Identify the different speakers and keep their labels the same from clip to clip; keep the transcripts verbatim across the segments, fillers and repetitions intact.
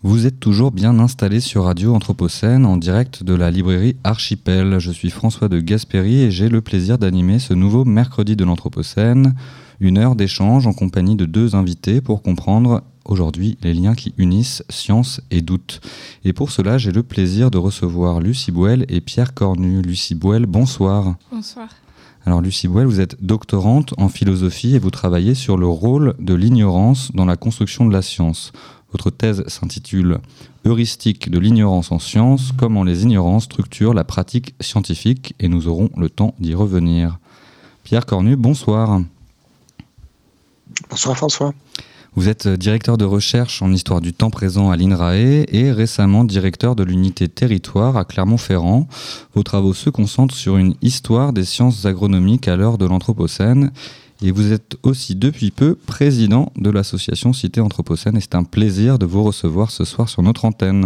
Speaker 1: Vous êtes toujours bien installé sur Radio Anthropocène en direct de la librairie Archipel. Je suis François de Gasperi et j'ai le plaisir d'animer ce nouveau mercredi de l'Anthropocène. Une heure d'échange en compagnie de deux invités pour comprendre aujourd'hui les liens qui unissent science et doute. Et pour cela, j'ai le plaisir de recevoir Lucie Bouel et Pierre Cornu. Lucie Bouel, bonsoir.
Speaker 2: Bonsoir.
Speaker 1: Alors Lucie Bouel, vous êtes doctorante en philosophie et vous travaillez sur le rôle de l'ignorance dans la construction de la science. Votre thèse s'intitule « Heuristique de l'ignorance en sciences, comment les ignorances structurent la pratique scientifique » et nous aurons le temps d'y revenir. Pierre Cornu, bonsoir.
Speaker 3: Bonsoir François.
Speaker 1: Vous êtes directeur de recherche en histoire du temps présent à l'I N R A E et récemment directeur de l'unité territoire à Clermont-Ferrand. Vos travaux se concentrent sur une histoire des sciences agronomiques à l'heure de l'Anthropocène. Et vous êtes aussi depuis peu président de l'association Cité Anthropocène et c'est un plaisir de vous recevoir ce soir sur notre antenne.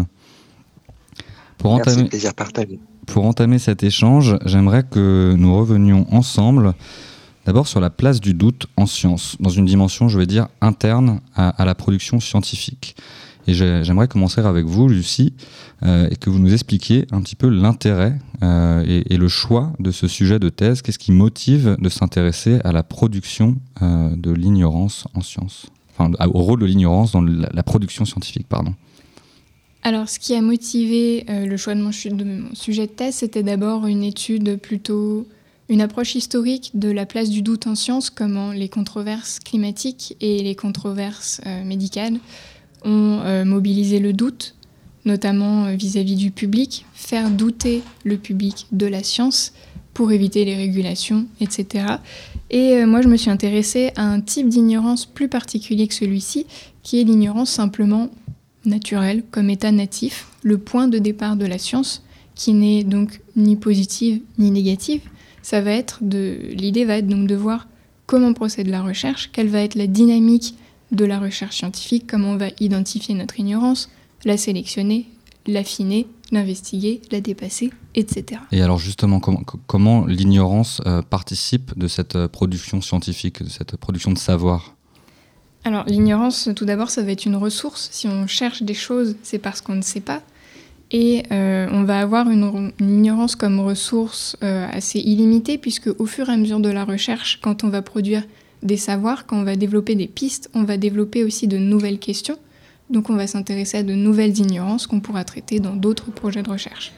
Speaker 1: Pour
Speaker 3: Merci,
Speaker 1: entamer,
Speaker 3: plaisir partagé.
Speaker 1: Pour entamer cet échange, j'aimerais que nous revenions ensemble d'abord sur la place du doute en science, dans une dimension, je vais dire, interne à, à la production scientifique. Et j'aimerais commencer avec vous, Lucie, euh, et que vous nous expliquiez un petit peu l'intérêt euh, et, et le choix de ce sujet de thèse. Qu'est-ce qui motive de s'intéresser à la production euh, de l'ignorance en sciences, enfin au rôle de l'ignorance dans la, la production scientifique, pardon.
Speaker 2: Alors, ce qui a motivé euh, le choix de mon, de mon sujet de thèse, c'était d'abord une étude plutôt, une approche historique de la place du doute en sciences, comment les controverses climatiques et les controverses euh, médicales ont euh, mobilisé le doute, notamment euh, vis-à-vis du public, faire douter le public de la science pour éviter les régulations, et cetera. Et euh, moi, je me suis intéressée à un type d'ignorance plus particulier que celui-ci, qui est l'ignorance simplement naturelle, comme état natif, le point de départ de la science, qui n'est donc ni positive ni négative. Ça va être de, l'idée va être donc de voir comment procède la recherche, quelle va être la dynamique de la recherche scientifique, comment on va identifier notre ignorance, la sélectionner, l'affiner, l'investiguer, la dépasser, et cetera.
Speaker 1: Et alors justement, comment, comment l'ignorance euh, participe de cette euh, production scientifique, de cette production de savoir ?
Speaker 2: Alors l'ignorance, tout d'abord, ça va être une ressource. Si on cherche des choses, c'est parce qu'on ne sait pas. Et euh, on va avoir une, une ignorance comme ressource euh, assez illimitée, puisque au fur et à mesure de la recherche, quand on va produire des savoirs, quand on va développer des pistes, on va développer aussi de nouvelles questions. Donc on va s'intéresser à de nouvelles ignorances qu'on pourra traiter dans d'autres projets de recherche.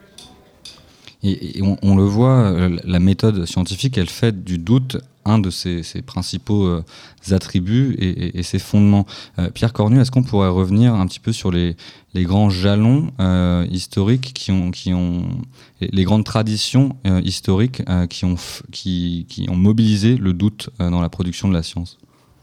Speaker 1: Et, et on, on le voit, la méthode scientifique, elle fait du doute un de ses, ses principaux euh, attributs et, et, et ses fondements. Euh, Pierre Cornu, est-ce qu'on pourrait revenir un petit peu sur les, les grands jalons euh, historiques qui ont, qui ont, les grandes traditions euh, historiques euh, qui, ont, qui, qui ont mobilisé le doute euh, dans la production de la science ?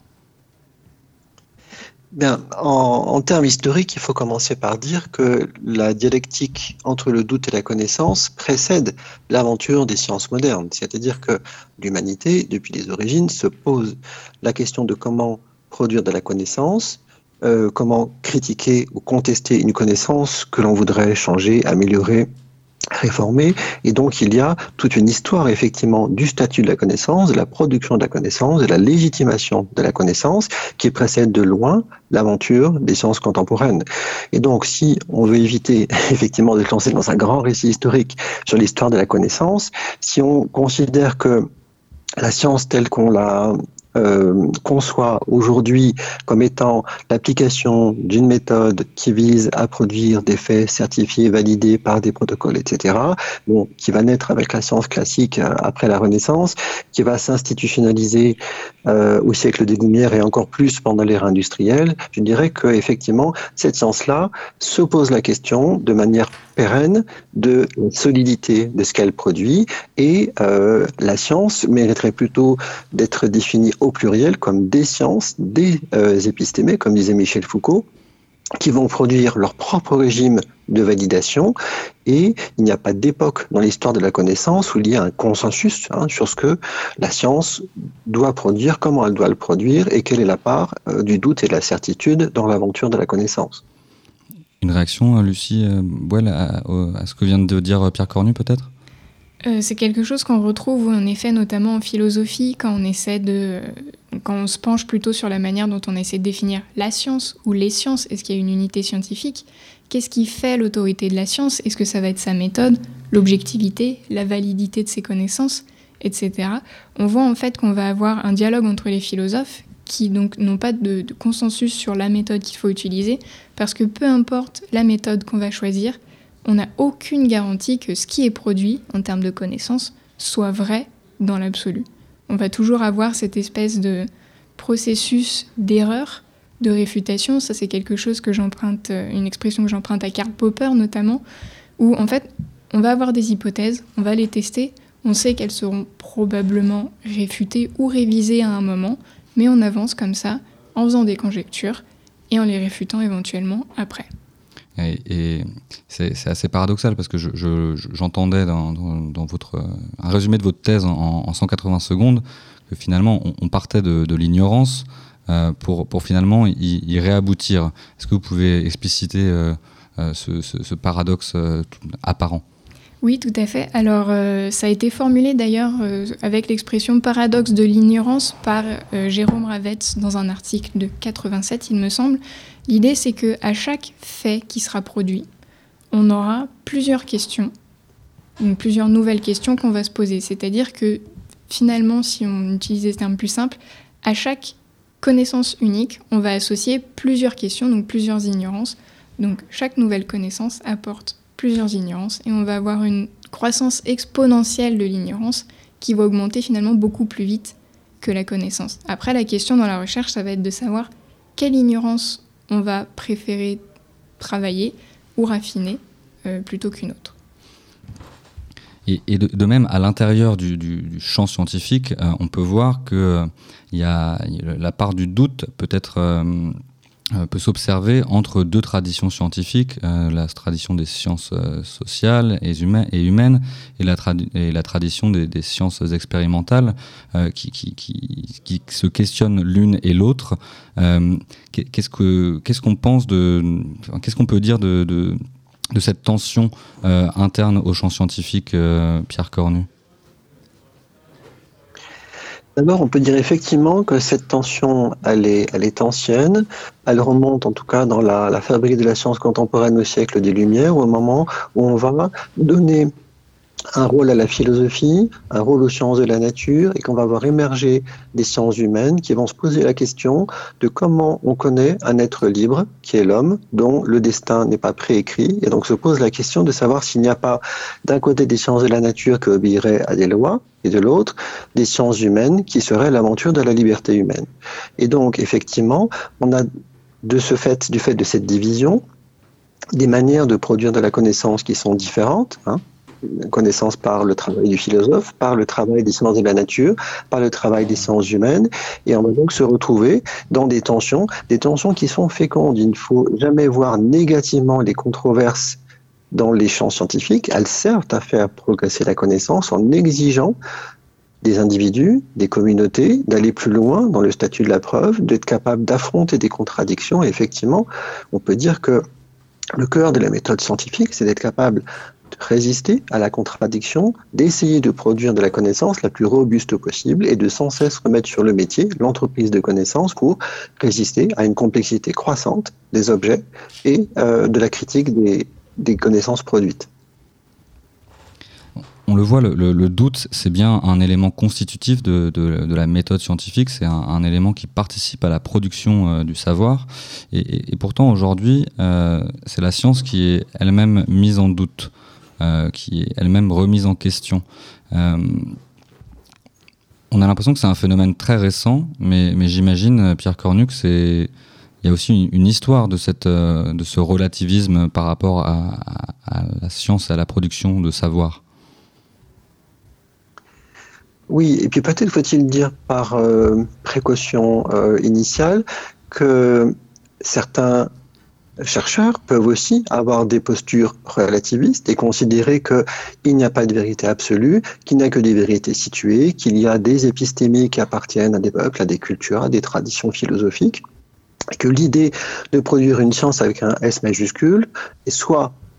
Speaker 3: Bien, en, en termes historiques, il faut commencer par dire que la dialectique entre le doute et la connaissance précède l'aventure des sciences modernes. C'est-à-dire que l'humanité, depuis les origines, se pose la question de comment produire de la connaissance, euh, comment critiquer ou contester une connaissance que l'on voudrait changer, améliorer, réformer. Et donc il y a toute une histoire effectivement du statut de la connaissance, de la production de la connaissance, de la légitimation de la connaissance qui précède de loin l'aventure des sciences contemporaines. Et donc si on veut éviter effectivement de se lancer dans un grand récit historique sur l'histoire de la connaissance, si on considère que la science telle qu'on l'a Euh, conçoit aujourd'hui comme étant l'application d'une méthode qui vise à produire des faits certifiés, validés par des protocoles, et cetera, bon, qui va naître avec la science classique euh, après la Renaissance, qui va s'institutionnaliser euh, au siècle des Lumières et encore plus pendant l'ère industrielle, je dirais qu'effectivement, cette science-là se pose la question de manière pérenne de la solidité de ce qu'elle produit et euh, la science mériterait plutôt d'être définie au pluriel comme des sciences, des euh, épistémés, comme disait Michel Foucault, qui vont produire leur propre régime de validation et il n'y a pas d'époque dans l'histoire de la connaissance où il y a un consensus hein, sur ce que la science doit produire, comment elle doit le produire et quelle est la part euh, du doute et de la certitude dans l'aventure de la connaissance.
Speaker 1: Une réaction, Lucie Bouel, à, à ce que vient de dire Pierre Cornu, peut-être ?
Speaker 2: euh, C'est quelque chose qu'on retrouve, en effet, notamment en philosophie, quand on essaie de, quand on se penche plutôt sur la manière dont on essaie de définir la science ou les sciences, est-ce qu'il y a une unité scientifique ? Qu'est-ce qui fait l'autorité de la science ? Est-ce que ça va être sa méthode, l'objectivité, la validité de ses connaissances, et cetera. On voit en fait qu'on va avoir un dialogue entre les philosophes qui donc n'ont pas de, de consensus sur la méthode qu'il faut utiliser, parce que peu importe la méthode qu'on va choisir, on n'a aucune garantie que ce qui est produit en termes de connaissances soit vrai dans l'absolu. On va toujours avoir cette espèce de processus d'erreur, de réfutation. Ça, c'est quelque chose que j'emprunte, une expression que j'emprunte à Karl Popper notamment, où en fait, on va avoir des hypothèses, on va les tester, on sait qu'elles seront probablement réfutées ou révisées à un moment, mais on avance comme ça, en faisant des conjectures et en les réfutant éventuellement après.
Speaker 1: Et, et c'est, c'est assez paradoxal parce que je, je, j'entendais dans, dans, dans votre, un résumé de votre thèse en, en cent quatre-vingts secondes que finalement on, on partait de, de l'ignorance euh, pour, pour finalement y, y réaboutir. Est-ce que vous pouvez expliciter euh, euh, ce, ce, ce paradoxe euh, apparent ?
Speaker 2: Oui, tout à fait. Alors, euh, ça a été formulé d'ailleurs euh, avec l'expression paradoxe de l'ignorance par euh, Jérôme Ravetz dans un article de quatre-vingt-sept, il me semble. L'idée, c'est qu'à chaque fait qui sera produit, on aura plusieurs questions, donc plusieurs nouvelles questions qu'on va se poser. C'est-à-dire que finalement, si on utilise des termes plus simples, à chaque connaissance unique, on va associer plusieurs questions, donc plusieurs ignorances. Donc, chaque nouvelle connaissance apporte plusieurs ignorances et on va avoir une croissance exponentielle de l'ignorance qui va augmenter finalement beaucoup plus vite que la connaissance. Après, la question dans la recherche, ça va être de savoir quelle ignorance on va préférer travailler ou raffiner euh, plutôt qu'une autre.
Speaker 1: Et, et de, de même, à l'intérieur du, du, du champ scientifique, euh, on peut voir que euh, y a, y a la part du doute peut être euh, peut s'observer entre deux traditions scientifiques, euh, la tradition des sciences euh, sociales et, humain, et humaines et la, tradi- et la tradition des, des sciences expérimentales euh, qui, qui, qui, qui se questionnent l'une et l'autre. Euh, qu'est-ce, que, qu'est-ce qu'on pense de, qu'est-ce qu'on peut dire de, de, de cette tension euh, interne au champ scientifique, euh, Pierre Cornu ?
Speaker 3: D'abord, on peut dire effectivement que cette tension, elle est, elle est ancienne. Elle remonte en tout cas dans la, la fabrique de la science contemporaine au siècle des Lumières, au moment où on va donner un rôle à la philosophie, un rôle aux sciences de la nature, et qu'on va voir émerger des sciences humaines qui vont se poser la question de comment on connaît un être libre, qui est l'homme, dont le destin n'est pas préécrit, et donc se pose la question de savoir s'il n'y a pas d'un côté des sciences de la nature qui obéiraient à des lois, et de l'autre, des sciences humaines qui seraient l'aventure de la liberté humaine. Et donc, effectivement, on a de ce fait, du fait de cette division, des manières de produire de la connaissance qui sont différentes, hein, connaissance par le travail du philosophe, par le travail des sciences de la nature, par le travail des sciences humaines, et on va donc se retrouver dans des tensions, des tensions qui sont fécondes. Il ne faut jamais voir négativement les controverses dans les champs scientifiques. Elles servent à faire progresser la connaissance en exigeant des individus, des communautés, d'aller plus loin dans le statut de la preuve, d'être capable d'affronter des contradictions. Et effectivement, on peut dire que le cœur de la méthode scientifique, c'est d'être capable de résister à la contradiction, d'essayer de produire de la connaissance la plus robuste possible et de sans cesse remettre sur le métier l'entreprise de connaissance pour résister à une complexité croissante des objets et euh, de la critique des, des connaissances produites.
Speaker 1: On le voit, le, le, le doute, c'est bien un élément constitutif de, de, de la méthode scientifique, c'est un, un élément qui participe à la production euh, du savoir. Et, et, et pourtant, aujourd'hui, euh, c'est la science qui est elle-même mise en doute, euh, qui est elle-même remise en question. Euh, on a l'impression que c'est un phénomène très récent, mais, mais j'imagine, Pierre Cornu, que c'est... Il y a aussi une, une histoire de, cette, euh, de ce relativisme par rapport à, à, à la science et à la production de savoir.
Speaker 3: Oui, et puis peut-être faut-il dire par euh, précaution euh, initiale que certains chercheurs peuvent aussi avoir des postures relativistes et considérer qu'il n'y a pas de vérité absolue, qu'il n'y a que des vérités situées, qu'il y a des épistémies qui appartiennent à des peuples, à des cultures, à des traditions philosophiques, et que l'idée de produire une science avec un S majuscule est soit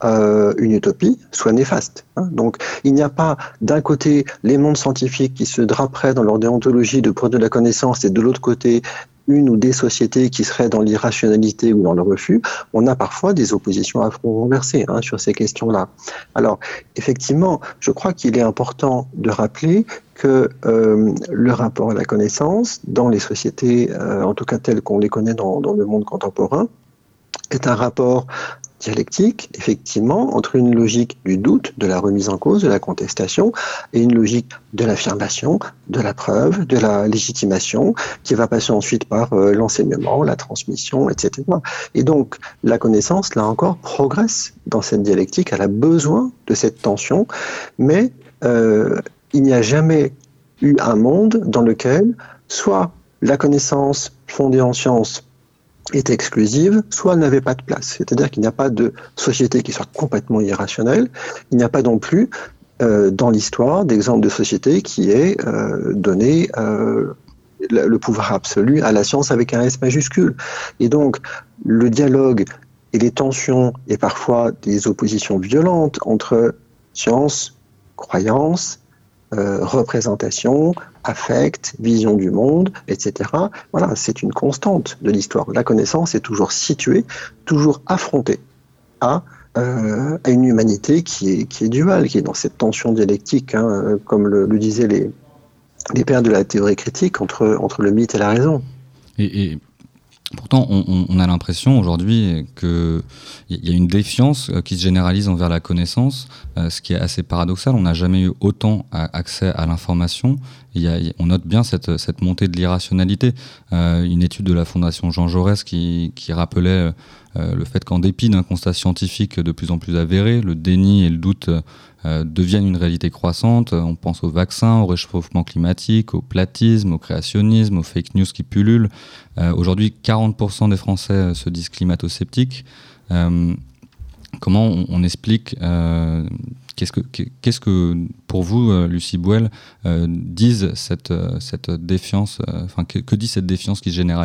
Speaker 3: euh, une utopie, soit néfaste. Hein. Donc, il n'y a pas d'un côté les mondes scientifiques qui se draperaient dans leur déontologie de produire de la connaissance et de l'autre côté une ou des sociétés qui seraient dans l'irrationalité ou dans le refus. On a parfois des oppositions à front renversé hein, sur ces questions-là. Alors, effectivement, je crois qu'il est important de rappeler que euh, le rapport à la connaissance, dans les sociétés, euh, en tout cas telles qu'on les connaît dans, dans le monde contemporain, est un rapport dialectique, effectivement, entre une logique du doute, de la remise en cause, de la contestation, et une logique de l'affirmation, de la preuve, de la légitimation, qui va passer ensuite par euh, l'enseignement, la transmission, et cetera. Et donc, la connaissance, là encore, progresse dans cette dialectique, elle a besoin de cette tension, mais euh, il n'y a jamais eu un monde dans lequel soit la connaissance fondée en sciences est exclusive, soit elle n'avait pas de place. C'est-à-dire qu'il n'y a pas de société qui soit complètement irrationnelle. Il n'y a pas non plus, euh, dans l'histoire, d'exemple de société qui ait euh, donné euh, le, le pouvoir absolu à la science avec un S majuscule. Et donc, le dialogue et les tensions et parfois des oppositions violentes entre science, croyance, euh, représentation, affect, vision du monde, et cetera. Voilà, c'est une constante de l'histoire. La connaissance est toujours située, toujours affrontée à, euh, à une humanité qui est, qui est duale, qui est dans cette tension dialectique, hein, comme le, le disaient les, les pères de la théorie critique, entre, entre le mythe et la raison.
Speaker 1: Et, et pourtant, on, on a l'impression aujourd'hui qu'il y a une défiance qui se généralise envers la connaissance, euh, ce qui est assez paradoxal. On n'a jamais eu autant accès à l'information. Il y a, on note bien cette, cette montée de l'irrationalité. Euh, une étude de la Fondation Jean Jaurès qui, qui rappelait euh, le fait qu'en dépit d'un constat scientifique de plus en plus avéré, le déni et le doute euh, deviennent une réalité croissante. On pense aux vaccins, au réchauffement climatique, au platisme, au créationnisme, aux fake news qui pullulent. Euh, aujourd'hui, quarante pour cent des Français se disent climato-sceptiques. Euh, comment on, on explique euh, Qu'est-ce que, qu'est-ce que, pour vous, Lucie Bouel, euh, disent cette, cette défiance, euh, enfin, que, que dit cette défiance qui se généralise ?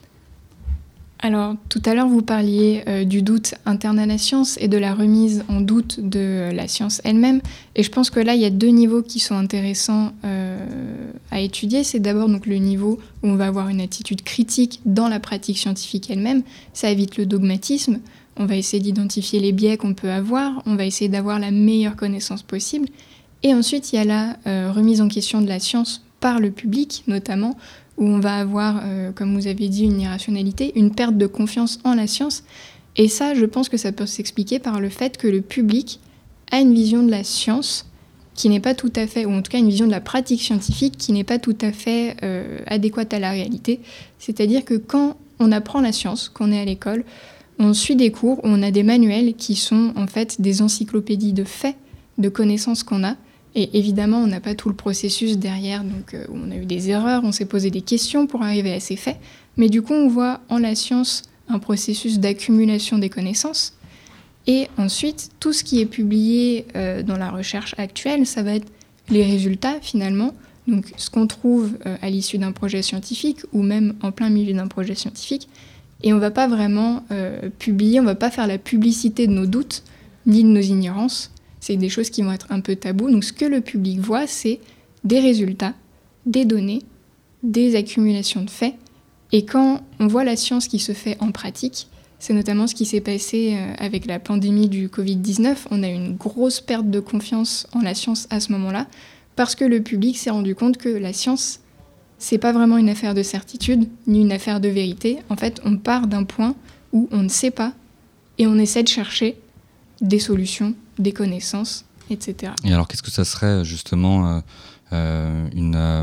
Speaker 2: Alors, tout à l'heure, vous parliez euh, du doute interne à la science et de la remise en doute de la science elle-même. Et je pense que là, il y a deux niveaux qui sont intéressants euh, à étudier. C'est d'abord donc, le niveau où on va avoir une attitude critique dans la pratique scientifique elle-même. Ça évite le dogmatisme. On va essayer d'identifier les biais qu'on peut avoir, on va essayer d'avoir la meilleure connaissance possible. Et ensuite, il y a la euh, remise en question de la science par le public, notamment, où on va avoir, euh, comme vous avez dit, une irrationalité, une perte de confiance en la science. Et ça, je pense que ça peut s'expliquer par le fait que le public a une vision de la science qui n'est pas tout à fait, ou en tout cas une vision de la pratique scientifique qui n'est pas tout à fait euh, adéquate à la réalité. C'est-à-dire que quand on apprend la science, qu'on est à l'école, on suit des cours où on a des manuels qui sont en fait des encyclopédies de faits, de connaissances qu'on a. Et évidemment, on n'a pas tout le processus derrière, donc euh, on a eu des erreurs, on s'est posé des questions pour arriver à ces faits. Mais du coup, on voit en la science un processus d'accumulation des connaissances. Et ensuite, tout ce qui est publié euh, dans la recherche actuelle, ça va être les résultats finalement. Donc ce qu'on trouve euh, à l'issue d'un projet scientifique ou même en plein milieu d'un projet scientifique. Et on ne va pas vraiment euh, publier, on ne va pas faire la publicité de nos doutes ni de nos ignorances. C'est des choses qui vont être un peu tabous. Donc ce que le public voit, c'est des résultats, des données, des accumulations de faits. Et quand on voit la science qui se fait en pratique, c'est notamment ce qui s'est passé avec la pandémie du covid dix-neuf. On a eu une grosse perte de confiance en la science à ce moment-là, parce que le public s'est rendu compte que la science, c'est pas vraiment une affaire de certitude, ni une affaire de vérité. En fait, on part d'un point où on ne sait pas, et on essaie de chercher des solutions, des connaissances, et cetera.
Speaker 1: Et alors, qu'est-ce que ça serait justement euh, euh, une, euh,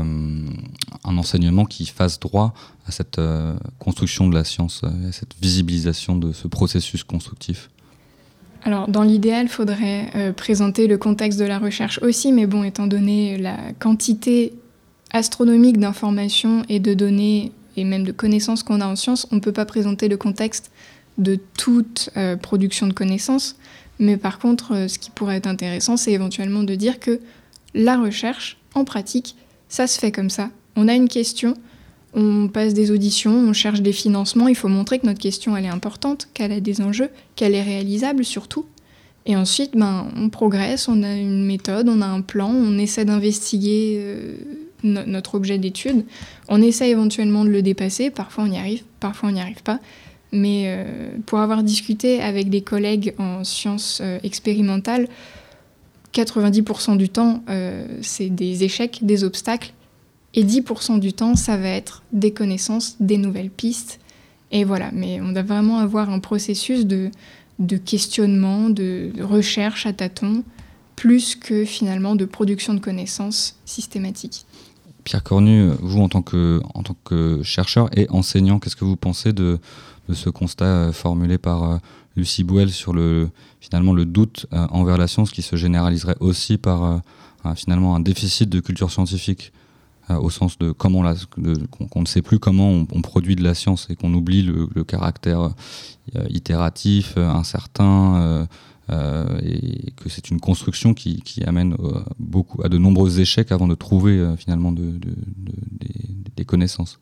Speaker 1: un enseignement qui fasse droit à cette euh, construction de la science, à cette visibilisation de ce processus constructif ?
Speaker 2: Alors, dans l'idéal, il faudrait euh, présenter le contexte de la recherche aussi, mais bon, étant donné la quantité astronomique d'informations et de données, et même de connaissances qu'on a en sciences, on ne peut pas présenter le contexte de toute euh, production de connaissances. Mais par contre, euh, ce qui pourrait être intéressant, c'est éventuellement de dire que la recherche, en pratique, ça se fait comme ça. On a une question, on passe des auditions, on cherche des financements, il faut montrer que notre question, elle est importante, qu'elle a des enjeux, qu'elle est réalisable surtout. Et ensuite, ben, on progresse, on a une méthode, on a un plan, on essaie d'investiguer euh, no- notre objet d'étude, on essaie éventuellement de le dépasser, parfois on y arrive, parfois on n'y arrive pas. Mais euh, pour avoir discuté avec des collègues en sciences euh, expérimentales, quatre-vingt-dix pour cent du temps, euh, c'est des échecs, des obstacles, et dix pour cent du temps, ça va être des connaissances, des nouvelles pistes. Et voilà, mais on doit vraiment avoir un processus de... de questionnement, de, de recherche à tâtons, plus que finalement de production de connaissances systématiques.
Speaker 1: Pierre Cornu, vous en tant que, en tant que chercheur et enseignant, qu'est-ce que vous pensez de, de ce constat formulé par euh, Lucie Bouel sur le, finalement, le doute euh, envers la science qui se généraliserait aussi par euh, un, finalement un déficit de culture scientifique euh, au sens de comment la, de, qu'on, qu'on ne sait plus comment on, on produit de la science et qu'on oublie le, le caractère euh, itératif, euh, incertain, euh, euh, et que c'est une construction qui, qui amène euh, beaucoup, à de nombreux échecs avant de trouver euh, finalement de, de, de, des, des connaissances.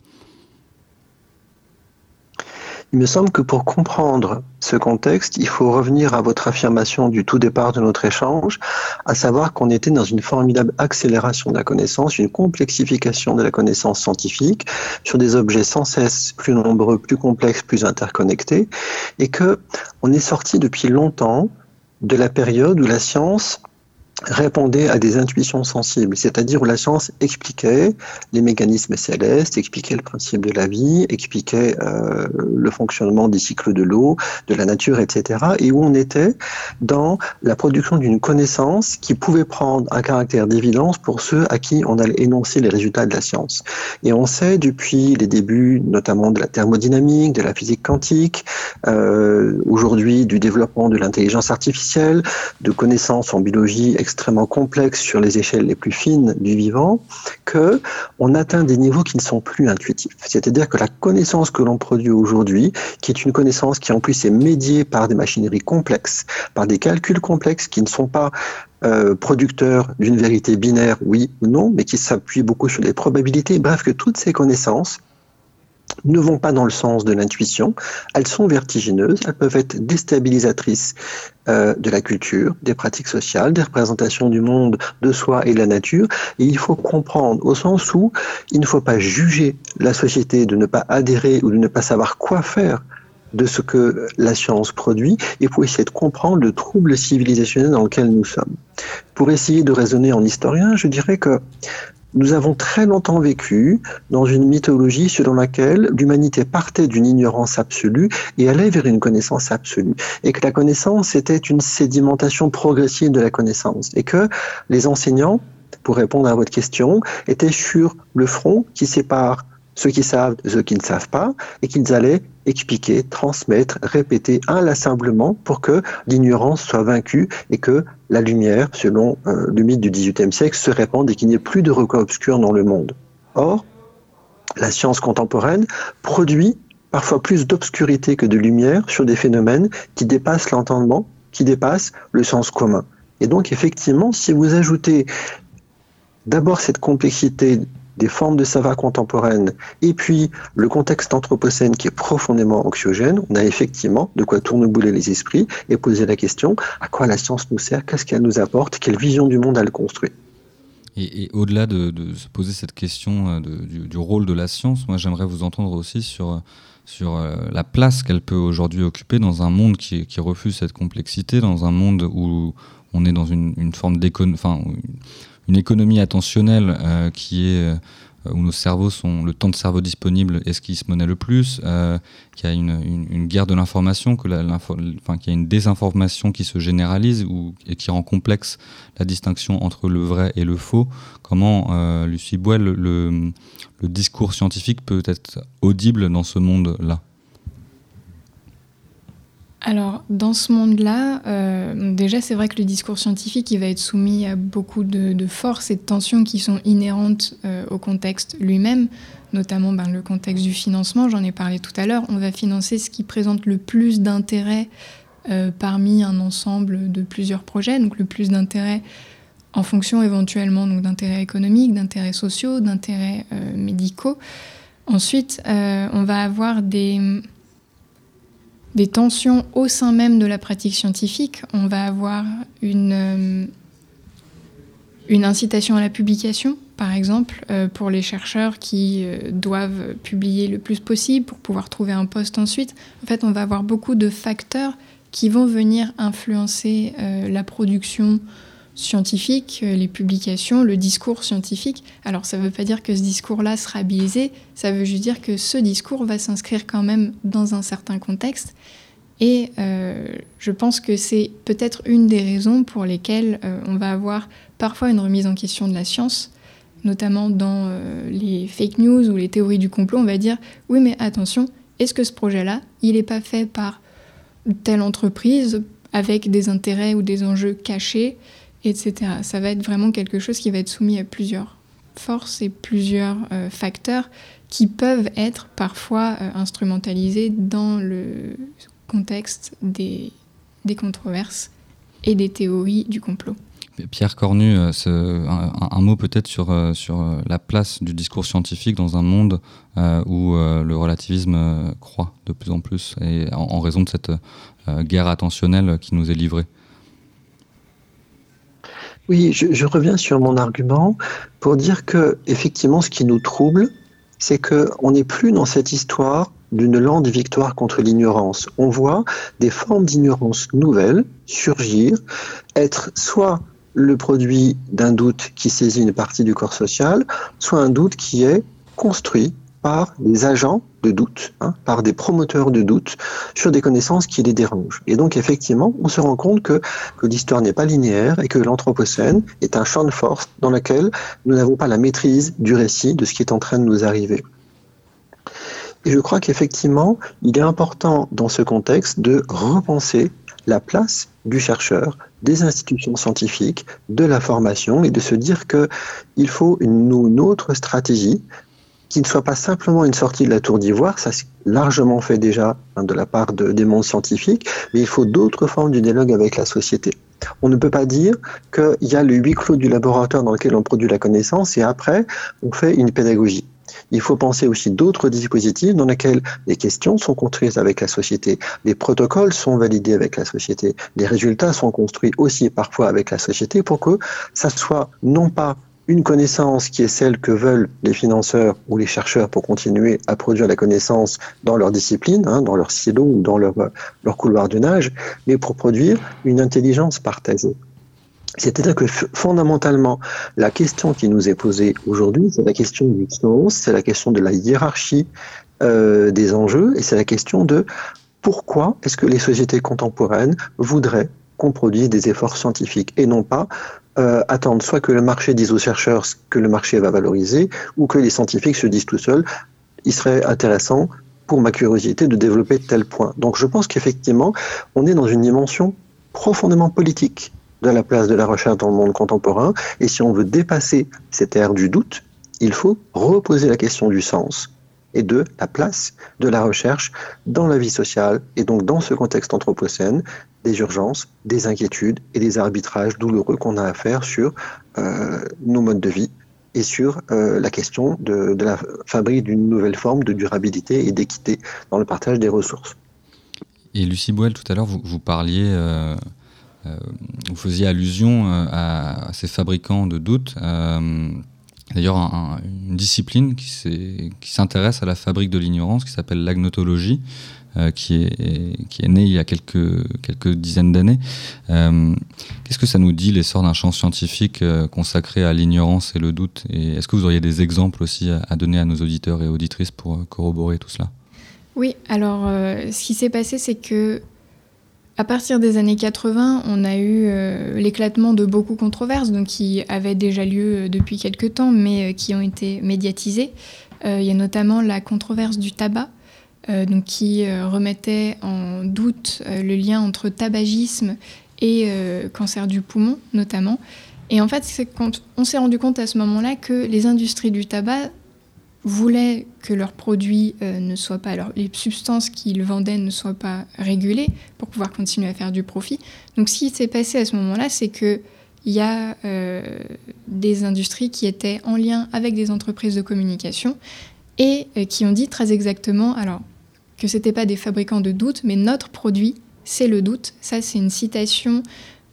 Speaker 3: Il me semble que pour comprendre ce contexte, il faut revenir à votre affirmation du tout départ de notre échange, à savoir qu'on était dans une formidable accélération de la connaissance, une complexification de la connaissance scientifique sur des objets sans cesse plus nombreux, plus complexes, plus interconnectés, et que on est sorti depuis longtemps de la période où la science répondait à des intuitions sensibles, c'est-à-dire où la science expliquait les mécanismes célestes, expliquait le principe de la vie, expliquait euh, le fonctionnement des cycles de l'eau, de la nature, et cetera, et où on était dans la production d'une connaissance qui pouvait prendre un caractère d'évidence pour ceux à qui on allait énoncer les résultats de la science. Et on sait depuis les débuts, notamment de la thermodynamique, de la physique quantique, euh, aujourd'hui du développement de l'intelligence artificielle, de connaissances en biologie extrêmement complexes sur les échelles les plus fines du vivant, que on atteint des niveaux qui ne sont plus intuitifs. C'est-à-dire que la connaissance que l'on produit aujourd'hui, qui est une connaissance qui en plus est médiée par des machineries complexes, par des calculs complexes qui ne sont pas euh, producteurs d'une vérité binaire, oui ou non, mais qui s'appuient beaucoup sur des probabilités, bref, que toutes ces connaissances ne vont pas dans le sens de l'intuition, elles sont vertigineuses, elles peuvent être déstabilisatrices euh, de la culture, des pratiques sociales, des représentations du monde, de soi et de la nature, et il faut comprendre au sens où il ne faut pas juger la société de ne pas adhérer ou de ne pas savoir quoi faire de ce que la science produit, et pour essayer de comprendre le trouble civilisationnel dans lequel nous sommes. Pour essayer de raisonner en historien, je dirais que nous avons très longtemps vécu dans une mythologie selon laquelle l'humanité partait d'une ignorance absolue et allait vers une connaissance absolue. Et que la connaissance était une sédimentation progressive de la connaissance. Et que les enseignants, pour répondre à votre question, étaient sur le front qui sépare ceux qui savent de ceux qui ne savent pas, et qu'ils allaient expliquer, transmettre, répéter inlassablement pour que l'ignorance soit vaincue et que la lumière, selon euh, le mythe du dix-huitième siècle, se répande et qu'il n'y ait plus de recoins obscurs dans le monde. Or, la science contemporaine produit parfois plus d'obscurité que de lumière sur des phénomènes qui dépassent l'entendement, qui dépassent le sens commun. Et donc, effectivement, si vous ajoutez d'abord cette complexité des formes de savoir contemporaines, et puis le contexte anthropocène qui est profondément anxiogène, on a effectivement de quoi tournebouler les esprits et poser la question, à quoi la science nous sert, qu'est-ce qu'elle nous apporte, quelle vision du monde elle construit.
Speaker 1: Et, et au-delà de, de se poser cette question de, du, du rôle de la science, moi j'aimerais vous entendre aussi sur, sur euh, la place qu'elle peut aujourd'hui occuper dans un monde qui, qui refuse cette complexité, dans un monde où on est dans une, une forme d'économie, enfin, une économie attentionnelle euh, qui est euh, où nos cerveaux sont, le temps de cerveau disponible est ce qui se monnaie le plus, euh, qu'il y a une, une, une guerre de l'information, que la, enfin, qu'il y a une désinformation qui se généralise ou, et qui rend complexe la distinction entre le vrai et le faux. Comment, euh, Lucie Bouel, le, le, le discours scientifique peut être audible dans ce monde-là ?
Speaker 2: Alors, dans ce monde-là, euh, déjà, c'est vrai que le discours scientifique, il va être soumis à beaucoup de, de forces et de tensions qui sont inhérentes euh, au contexte lui-même, notamment ben, le contexte du financement, j'en ai parlé tout à l'heure. On va financer ce qui présente le plus d'intérêt euh, parmi un ensemble de plusieurs projets, donc le plus d'intérêt en fonction éventuellement donc, d'intérêts économiques, d'intérêts sociaux, d'intérêts euh, médicaux. Ensuite, euh, on va avoir des... des tensions au sein même de la pratique scientifique. On va avoir une, euh, une incitation à la publication, par exemple, euh, pour les chercheurs qui euh, doivent publier le plus possible pour pouvoir trouver un poste ensuite. En fait, on va avoir beaucoup de facteurs qui vont venir influencer euh, la production scientifique, euh, les publications, le discours scientifique. Alors, ça ne veut pas dire que ce discours-là sera biaisé, ça veut juste dire que ce discours va s'inscrire quand même dans un certain contexte. Et euh, je pense que c'est peut-être une des raisons pour lesquelles euh, on va avoir parfois une remise en question de la science, notamment dans euh, les fake news ou les théories du complot. On va dire, oui, mais attention, est-ce que ce projet-là, il n'est pas fait par telle entreprise avec des intérêts ou des enjeux cachés, et cetera. Ça va être vraiment quelque chose qui va être soumis à plusieurs forces et plusieurs euh, facteurs qui peuvent être parfois euh, instrumentalisés dans le contexte des, des controverses et des théories du complot.
Speaker 1: Pierre Cornu, ce, un, un mot peut-être sur, sur la place du discours scientifique dans un monde euh, où euh, le relativisme euh, croît de plus en plus et en, en raison de cette euh, guerre attentionnelle qui nous est livrée.
Speaker 3: Oui, je, je reviens sur mon argument pour dire que effectivement, ce qui nous trouble, c'est qu'on n'est plus dans cette histoire d'une lente victoire contre l'ignorance. On voit des formes d'ignorance nouvelles surgir, être soit le produit d'un doute qui saisit une partie du corps social, soit un doute qui est construit par des agents de doute, hein, par des promoteurs de doute sur des connaissances qui les dérangent. Et donc effectivement, on se rend compte que, que l'histoire n'est pas linéaire et que l'anthropocène est un champ de force dans lequel nous n'avons pas la maîtrise du récit de ce qui est en train de nous arriver. Et je crois qu'effectivement, il est important dans ce contexte de repenser la place du chercheur, des institutions scientifiques, de la formation, et de se dire qu'il faut une, une autre stratégie qui ne soit pas simplement une sortie de la tour d'ivoire, ça c'est largement fait déjà hein, de la part de, des mondes scientifiques, mais il faut d'autres formes du dialogue avec la société. On ne peut pas dire qu'il y a le huis clos du laboratoire dans lequel on produit la connaissance et après on fait une pédagogie. Il faut penser aussi d'autres dispositifs dans lesquels les questions sont construites avec la société, les protocoles sont validés avec la société, les résultats sont construits aussi parfois avec la société pour que ça soit non pas une connaissance qui est celle que veulent les financeurs ou les chercheurs pour continuer à produire la connaissance dans leur discipline, hein, dans leur silo ou dans leur, leur couloir de nage, mais pour produire une intelligence partagée. C'est-à-dire que fondamentalement, la question qui nous est posée aujourd'hui, c'est la question du sens, c'est la question de la hiérarchie euh, des enjeux, et c'est la question de pourquoi est-ce que les sociétés contemporaines voudraient qu'on produise des efforts scientifiques et non pas euh, attendre soit que le marché dise aux chercheurs ce que le marché va valoriser ou que les scientifiques se disent tout seuls, il serait intéressant pour ma curiosité de développer tel point. Donc je pense qu'effectivement, on est dans une dimension profondément politique de la place de la recherche dans le monde contemporain, et si on veut dépasser cette ère du doute, il faut reposer la question du sens et de la place de la recherche dans la vie sociale, et donc dans ce contexte anthropocène, des urgences, des inquiétudes et des arbitrages douloureux qu'on a à faire sur euh, nos modes de vie et sur euh, la question de, de la fabrique d'une nouvelle forme de durabilité et d'équité dans le partage des ressources.
Speaker 1: Et Lucie Boel, tout à l'heure, vous, vous parliez... Euh... Euh, vous faisiez allusion euh, à, à ces fabricants de doutes. Euh, d'ailleurs, un, un, une discipline qui, qui s'intéresse à la fabrique de l'ignorance, qui s'appelle l'agnotologie, euh, qui, est, qui est née il y a quelques, quelques dizaines d'années. Euh, qu'est-ce que ça nous dit, l'essor d'un champ scientifique euh, consacré à l'ignorance et le doute ? Et est-ce que vous auriez des exemples aussi à, à donner à nos auditeurs et auditrices pour euh, corroborer tout cela ?
Speaker 2: Oui, alors euh, ce qui s'est passé, c'est que à partir des années quatre-vingts, on a eu euh, l'éclatement de beaucoup de controverses, donc qui avaient déjà lieu depuis quelques temps, mais euh, qui ont été médiatisées. Euh, il y a notamment la controverse du tabac, euh, donc qui euh, remettait en doute euh, le lien entre tabagisme et euh, cancer du poumon, notamment. Et en fait, c'est quand on s'est rendu compte à ce moment-là que les industries du tabac voulaient que leurs produits euh, ne soient pas, alors les substances qu'ils vendaient ne soient pas régulées pour pouvoir continuer à faire du profit. Donc ce qui s'est passé à ce moment-là, c'est qu'il y a euh, des industries qui étaient en lien avec des entreprises de communication et euh, qui ont dit très exactement, alors que ce n'étaient pas des fabricants de doute, mais notre produit, c'est le doute. Ça, c'est une citation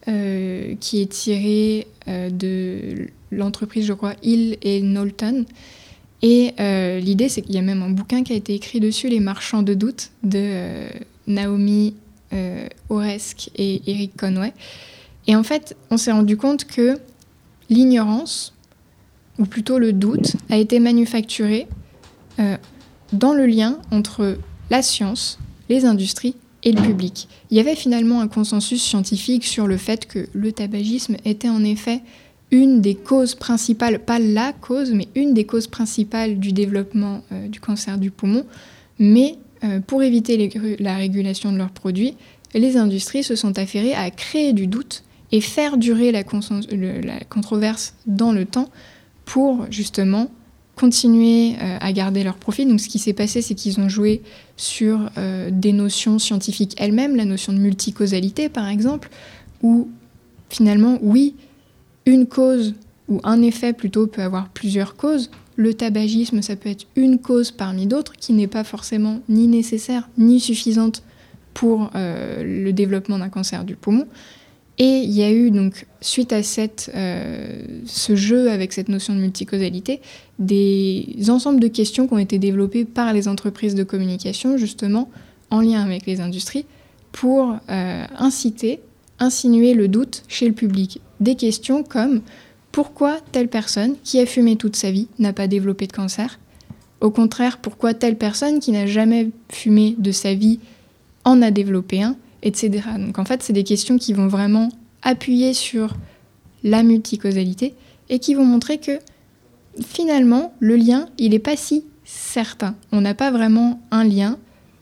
Speaker 2: euh, qui est tirée euh, de l'entreprise, je crois, Hill et Knowlton. Et euh, l'idée, c'est qu'il y a même un bouquin qui a été écrit dessus, Les marchands de doute, de euh, Naomi euh, Oreskes et Eric Conway. Et en fait, on s'est rendu compte que l'ignorance, ou plutôt le doute, a été manufacturé euh, dans le lien entre la science, les industries et le public. Il y avait finalement un consensus scientifique sur le fait que le tabagisme était en effet une des causes principales, pas la cause, mais une des causes principales du développement euh, du cancer du poumon. Mais euh, pour éviter les, la régulation de leurs produits, les industries se sont affairées à créer du doute et faire durer la, consens- le, la controverse dans le temps pour justement continuer euh, à garder leur profit. Donc ce qui s'est passé, c'est qu'ils ont joué sur euh, des notions scientifiques elles-mêmes, la notion de multicausalité par exemple, où finalement, oui, une cause ou un effet plutôt peut avoir plusieurs causes. Le tabagisme, ça peut être une cause parmi d'autres qui n'est pas forcément ni nécessaire ni suffisante pour euh, le développement d'un cancer du poumon. Et il y a eu donc, suite à cette, euh, ce jeu avec cette notion de multicausalité, des ensembles de questions qui ont été développées par les entreprises de communication, justement, en lien avec les industries, pour euh, inciter, insinuer le doute chez le public. Des questions comme « Pourquoi telle personne qui a fumé toute sa vie n'a pas développé de cancer ? Au contraire, pourquoi telle personne qui n'a jamais fumé de sa vie en a développé un ?» et cetera. Donc en fait, c'est des questions qui vont vraiment appuyer sur la multicausalité et qui vont montrer que finalement, le lien, il n'est pas si certain. On n'a pas vraiment un lien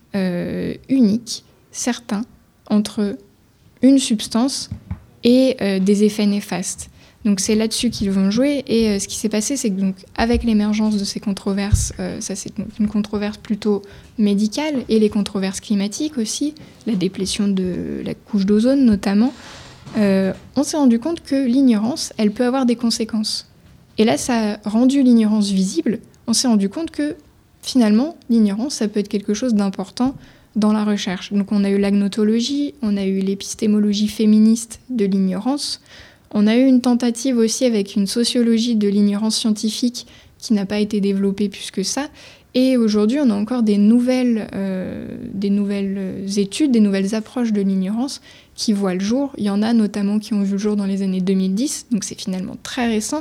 Speaker 2: euh, unique, certain, entre une substance et euh, des effets néfastes. Donc c'est là-dessus qu'ils vont jouer. Et euh, ce qui s'est passé, c'est que donc, avec l'émergence de ces controverses, euh, ça c'est donc une controverse plutôt médicale, et les controverses climatiques aussi, la déplétion de la couche d'ozone notamment, euh, on s'est rendu compte que l'ignorance, elle peut avoir des conséquences. Et là, ça a rendu l'ignorance visible. On s'est rendu compte que finalement, l'ignorance, ça peut être quelque chose d'important dans la recherche. Donc on a eu l'agnotologie, on a eu l'épistémologie féministe de l'ignorance. On a eu une tentative aussi avec une sociologie de l'ignorance scientifique qui n'a pas été développée plus que ça. Et aujourd'hui, on a encore des nouvelles, euh, des nouvelles études, des nouvelles approches de l'ignorance qui voient le jour. Il y en a notamment qui ont vu le jour dans les années deux mille dix, donc c'est finalement très récent.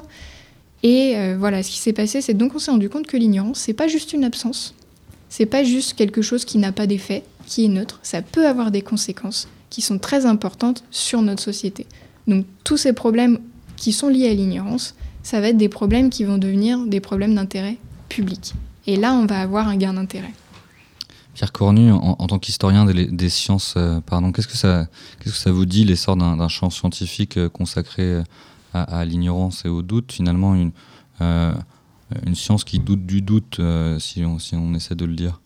Speaker 2: Et euh, voilà, ce qui s'est passé, c'est donc on s'est rendu compte que l'ignorance, c'est pas juste une absence. C'est pas juste quelque chose qui n'a pas d'effet, qui est neutre. Ça peut avoir des conséquences qui sont très importantes sur notre société. Donc tous ces problèmes qui sont liés à l'ignorance, ça va être des problèmes qui vont devenir des problèmes d'intérêt public. Et là, on va avoir un gain d'intérêt.
Speaker 1: Pierre Cornu, en, en tant qu'historien des, des sciences, euh, pardon, qu'est-ce que ça, qu'est-ce que ça vous dit, l'essor d'un, d'un champ scientifique euh, consacré à, à l'ignorance et au doute, finalement une, euh, une science qui doute du doute, euh, si, on, si on essaie de le dire?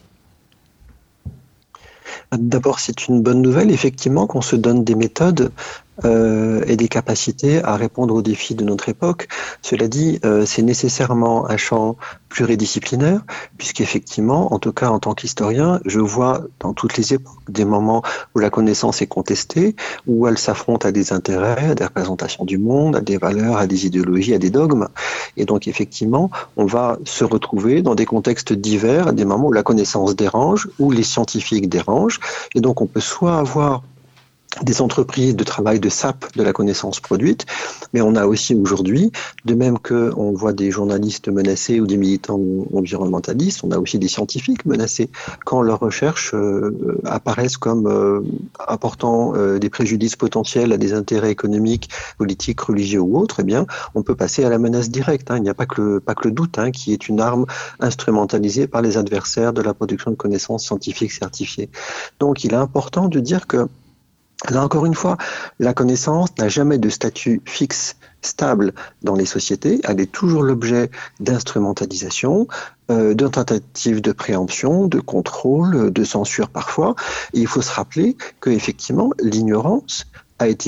Speaker 3: D'abord, c'est une bonne nouvelle, effectivement, qu'on se donne des méthodes euh, et des capacités à répondre aux défis de notre époque. Cela dit, euh, c'est nécessairement un champ pluridisciplinaire, puisqu'effectivement, en tout cas en tant qu'historien, je vois dans toutes les époques des moments où la connaissance est contestée, où elle s'affronte à des intérêts, à des représentations du monde, à des valeurs, à des idéologies, à des dogmes. Et donc, effectivement, on va se retrouver dans des contextes divers, à des moments où la connaissance dérange, où les scientifiques dérangent. Et donc, on peut soit avoir des entreprises de travail de sape de la connaissance produite, mais on a aussi aujourd'hui, de même qu'on voit des journalistes menacés ou des militants environnementalistes, on a aussi des scientifiques menacés quand leurs recherches euh, apparaissent comme euh, apportant euh, des préjudices potentiels à des intérêts économiques, politiques, religieux ou autres. Eh bien, on peut passer à la menace directe. Hein. Il n'y a pas que le, pas que le doute, hein, qui est une arme instrumentalisée par les adversaires de la production de connaissances scientifiques certifiées. Donc, il est important de dire que là, encore une fois, la connaissance n'a jamais de statut fixe, stable dans les sociétés. Elle est toujours l'objet d'instrumentalisation, euh, de tentatives de préemption, de contrôle, de censure parfois. Et il faut se rappeler qu'effectivement, l'ignorance a été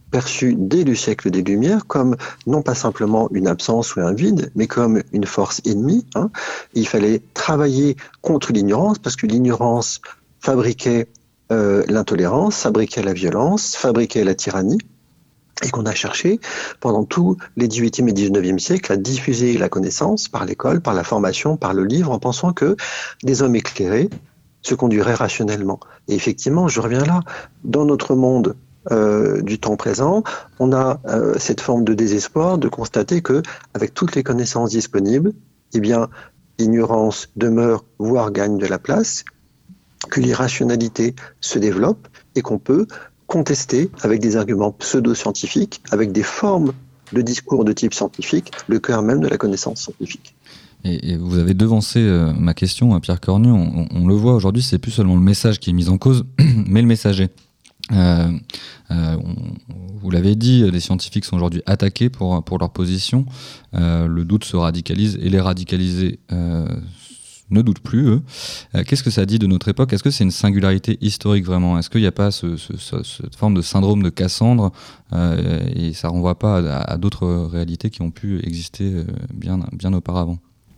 Speaker 3: perçu dès le siècle des Lumières comme non pas simplement une absence ou un vide, mais comme une force ennemie. Hein. Il fallait travailler contre l'ignorance, parce que l'ignorance fabriquait euh, l'intolérance, fabriquait la violence, fabriquait la tyrannie, et qu'on a cherché pendant tous les dix-huitième et dix-neuvième siècles à diffuser la connaissance par l'école, par la formation, par le livre, en pensant que des hommes éclairés se conduiraient rationnellement. Et effectivement, je reviens là, dans notre monde Euh, du temps présent, on a euh, cette forme de désespoir de constater que, avec toutes les connaissances disponibles, eh bien, l'ignorance demeure, voire gagne de la place, que l'irrationalité se développe et qu'on peut contester avec des arguments pseudo-scientifiques, avec des formes de discours de type scientifique, le cœur même de la connaissance scientifique.
Speaker 1: Et, et vous avez devancé euh, ma question à Pierre Cornu. On, on le voit aujourd'hui, c'est plus seulement le message qui est mis en cause, mais le messager. Euh, euh, on, vous l'avez dit, les scientifiques sont aujourd'hui attaqués pour, pour leur position. Euh, le doute se radicalise et les radicalisés euh, ne doutent plus, eux. Euh, qu'est-ce que ça dit de notre époque ? Est-ce que c'est une singularité historique vraiment ? Est-ce qu'il n'y a pas ce, ce, ce, cette forme de syndrome de Cassandre euh, et ça ne renvoie pas à, à d'autres réalités qui ont pu exister bien, bien auparavant ?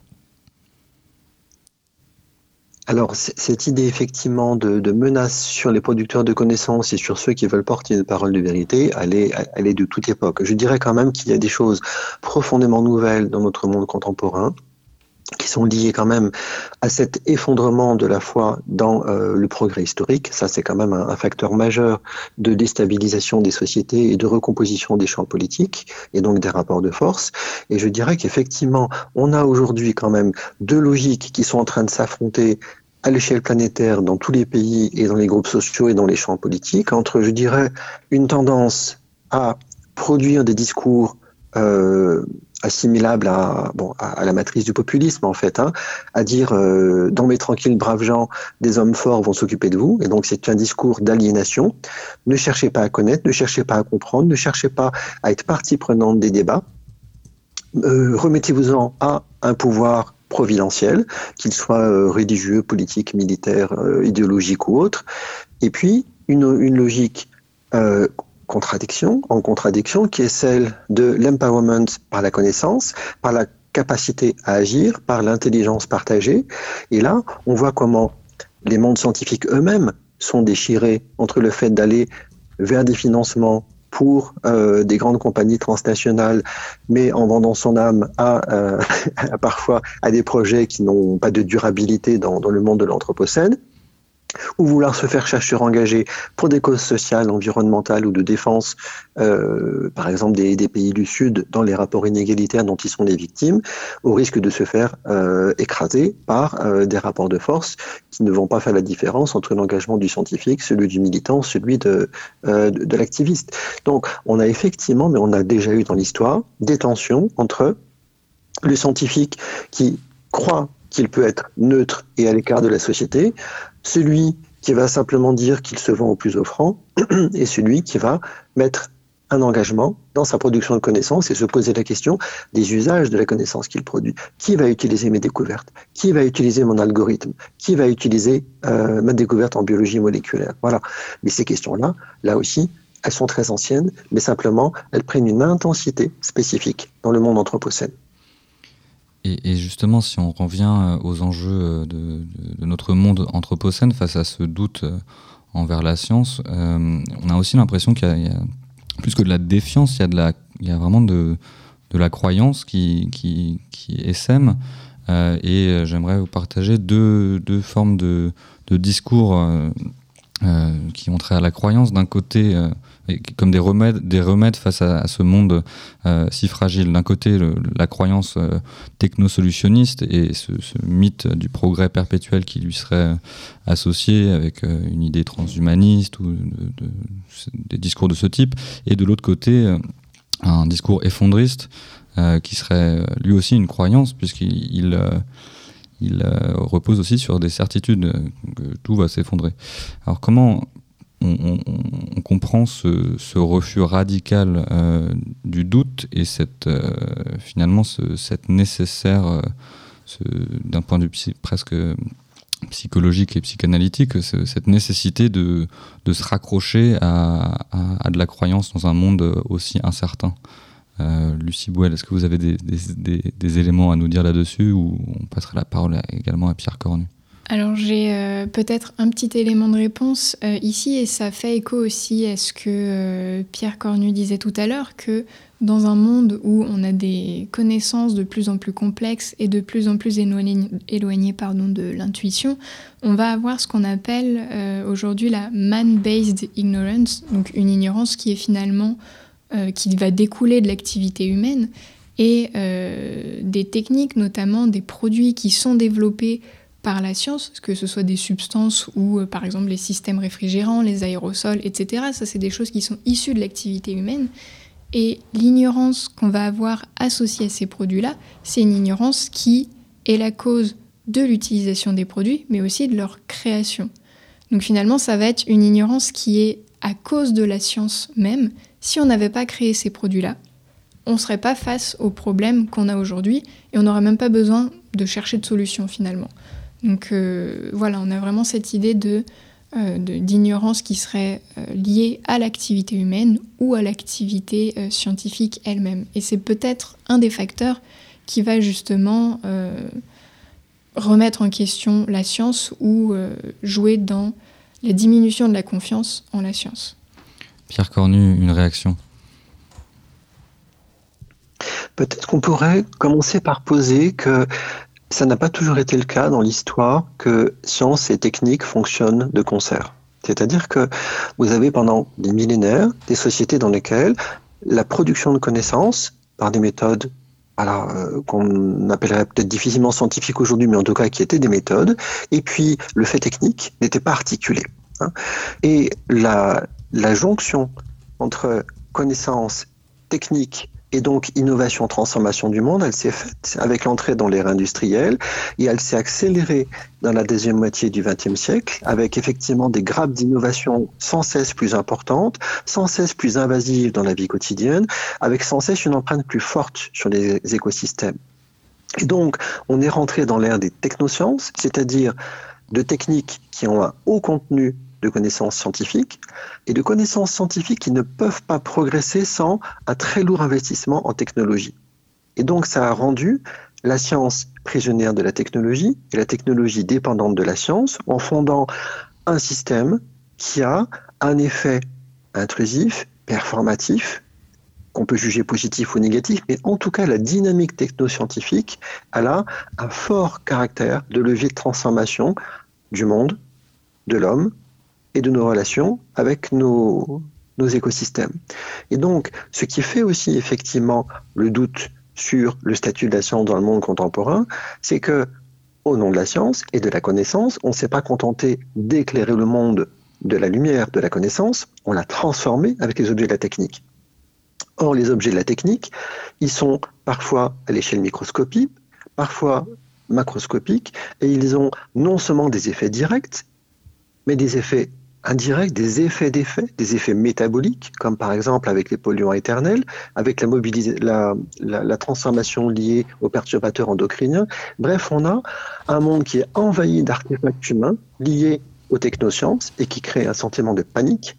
Speaker 3: Alors, cette idée effectivement de, de menace sur les producteurs de connaissances et sur ceux qui veulent porter une parole de vérité, elle est, elle est de toute époque. Je dirais quand même qu'il y a des choses profondément nouvelles dans notre monde contemporain, qui sont liées quand même à cet effondrement de la foi dans euh, le progrès historique. Ça, c'est quand même un, un facteur majeur de déstabilisation des sociétés et de recomposition des champs politiques, et donc des rapports de force. Et je dirais qu'effectivement, on a aujourd'hui quand même deux logiques qui sont en train de s'affronter à l'échelle planétaire dans tous les pays et dans les groupes sociaux et dans les champs politiques, entre, je dirais, une tendance à produire des discours euh, assimilable à, bon, à la matrice du populisme, en fait, hein, à dire euh, « dormez tranquille, braves gens, des hommes forts vont s'occuper de vous ». Et donc, c'est un discours d'aliénation. Ne cherchez pas à connaître, ne cherchez pas à comprendre, ne cherchez pas à être partie prenante des débats. Euh, remettez-vous-en à un pouvoir providentiel, qu'il soit euh, religieux, politique, militaire, euh, idéologique ou autre. Et puis, une, une logique euh, contradiction, en contradiction, qui est celle de l'empowerment par la connaissance, par la capacité à agir, par l'intelligence partagée. Et là, on voit comment les mondes scientifiques eux-mêmes sont déchirés entre le fait d'aller vers des financements pour euh, des grandes compagnies transnationales, mais en vendant son âme à, euh, à parfois à des projets qui n'ont pas de durabilité dans, dans le monde de l'anthropocène, ou vouloir se faire chercheur engagé pour des causes sociales, environnementales ou de défense, euh, par exemple des, des pays du Sud, dans les rapports inégalitaires dont ils sont les victimes, au risque de se faire euh, écraser par euh, des rapports de force qui ne vont pas faire la différence entre l'engagement du scientifique, celui du militant, celui de, euh, de, de l'activiste. Donc on a effectivement, mais on a déjà eu dans l'histoire, des tensions entre le scientifique qui croit qu'il peut être neutre et à l'écart de la société, celui qui va simplement dire qu'il se vend au plus offrant, et celui qui va mettre un engagement dans sa production de connaissances et se poser la question des usages de la connaissance qu'il produit. Qui va utiliser mes découvertes ? Qui va utiliser mon algorithme ? Qui va utiliser euh, ma découverte en biologie moléculaire ? Voilà. Mais ces questions-là, là aussi, elles sont très anciennes, mais simplement, elles prennent une intensité spécifique dans le monde anthropocène.
Speaker 1: Et, et justement, si on revient aux enjeux de, de, de notre monde anthropocène face à ce doute envers la science, euh, on a aussi l'impression qu'il y a, il y a plus que de la défiance, il y a, de la, il y a vraiment de, de la croyance qui, qui, qui essaime. Euh, et j'aimerais vous partager deux, deux formes de, de discours euh, euh, qui ont trait à la croyance. D'un côté, euh, comme des remèdes, des remèdes face à, à ce monde euh, si fragile. D'un côté, le, la croyance euh, technosolutionniste et ce, ce mythe du progrès perpétuel qui lui serait associé avec euh, une idée transhumaniste ou de, de, des discours de ce type. Et de l'autre côté, euh, un discours effondriste euh, qui serait lui aussi une croyance puisqu'il il, euh, il euh, repose aussi sur des certitudes euh, que tout va s'effondrer. Alors comment on, on, on comprend ce, ce refus radical euh, du doute et cette, euh, finalement ce, cette nécessaire, euh, ce, d'un point de vue psy, presque psychologique et psychanalytique, cette nécessité de, de se raccrocher à, à, à de la croyance dans un monde aussi incertain. Euh, Lucie Bouel, est-ce que vous avez des, des, des, des éléments à nous dire là-dessus, ou on passerait la parole également à Pierre Cornu?
Speaker 2: Alors j'ai euh, peut-être un petit élément de réponse euh, ici, et ça fait écho aussi à ce que euh, Pierre Cornu disait tout à l'heure, que dans un monde où on a des connaissances de plus en plus complexes et de plus en plus éloignées, éloignées pardon, de l'intuition, on va avoir ce qu'on appelle euh, aujourd'hui la man-based ignorance, donc une ignorance qui est finalement euh, qui va découler de l'activité humaine, et euh, des techniques, notamment des produits qui sont développés par la science, que ce soit des substances ou euh, par exemple les systèmes réfrigérants, les aérosols, et cetera. Ça, c'est des choses qui sont issues de l'activité humaine. Et l'ignorance qu'on va avoir associée à ces produits-là, c'est une ignorance qui est la cause de l'utilisation des produits, mais aussi de leur création. Donc finalement, ça va être une ignorance qui est à cause de la science même. Si on n'avait pas créé ces produits-là, on ne serait pas face aux problèmes qu'on a aujourd'hui, et on n'aurait même pas besoin de chercher de solution finalement. Donc euh, voilà, on a vraiment cette idée de, euh, de, d'ignorance qui serait euh, liée à l'activité humaine ou à l'activité euh, scientifique elle-même. Et c'est peut-être un des facteurs qui va justement euh, remettre en question la science ou euh, jouer dans la diminution de la confiance en la science.
Speaker 1: Pierre Cornu, une réaction?
Speaker 3: Peut-être qu'on pourrait commencer par poser que ça n'a pas toujours été le cas dans l'histoire que science et technique fonctionnent de concert. C'est-à-dire que vous avez pendant des millénaires des sociétés dans lesquelles la production de connaissances par des méthodes alors, euh, qu'on appellerait peut-être difficilement scientifiques aujourd'hui, mais en tout cas qui étaient des méthodes, et puis le fait technique n'était pas articulé. Hein. Et la, la jonction entre connaissances techniques et donc, innovation, transformation du monde, elle s'est faite avec l'entrée dans l'ère industrielle, et elle s'est accélérée dans la deuxième moitié du vingtième siècle, avec effectivement des grappes d'innovation sans cesse plus importantes, sans cesse plus invasives dans la vie quotidienne, avec sans cesse une empreinte plus forte sur les écosystèmes. Et donc, on est rentré dans l'ère des technosciences, c'est-à-dire de techniques qui ont un haut contenu de connaissances scientifiques, et de connaissances scientifiques qui ne peuvent pas progresser sans un très lourd investissement en technologie. Et donc ça a rendu la science prisonnière de la technologie et la technologie dépendante de la science, en fondant un système qui a un effet intrusif, performatif, qu'on peut juger positif ou négatif, mais en tout cas la dynamique technoscientifique, elle a un fort caractère de levier de transformation du monde, de l'homme, et de nos relations avec nos, nos écosystèmes. Et donc, ce qui fait aussi effectivement le doute sur le statut de la science dans le monde contemporain, c'est que, au nom de la science et de la connaissance, on ne s'est pas contenté d'éclairer le monde de la lumière, de la connaissance, on l'a transformé avec les objets de la technique. Or, les objets de la technique, ils sont parfois à l'échelle microscopique, parfois macroscopique, et ils ont non seulement des effets directs, mais des effets indirects, des effets d'effets, des effets métaboliques, comme par exemple avec les polluants éternels, avec la, mobilisa- la, la, la transformation liée aux perturbateurs endocriniens. Bref, on a un monde qui est envahi d'artefacts humains liés aux technosciences et qui crée un sentiment de panique.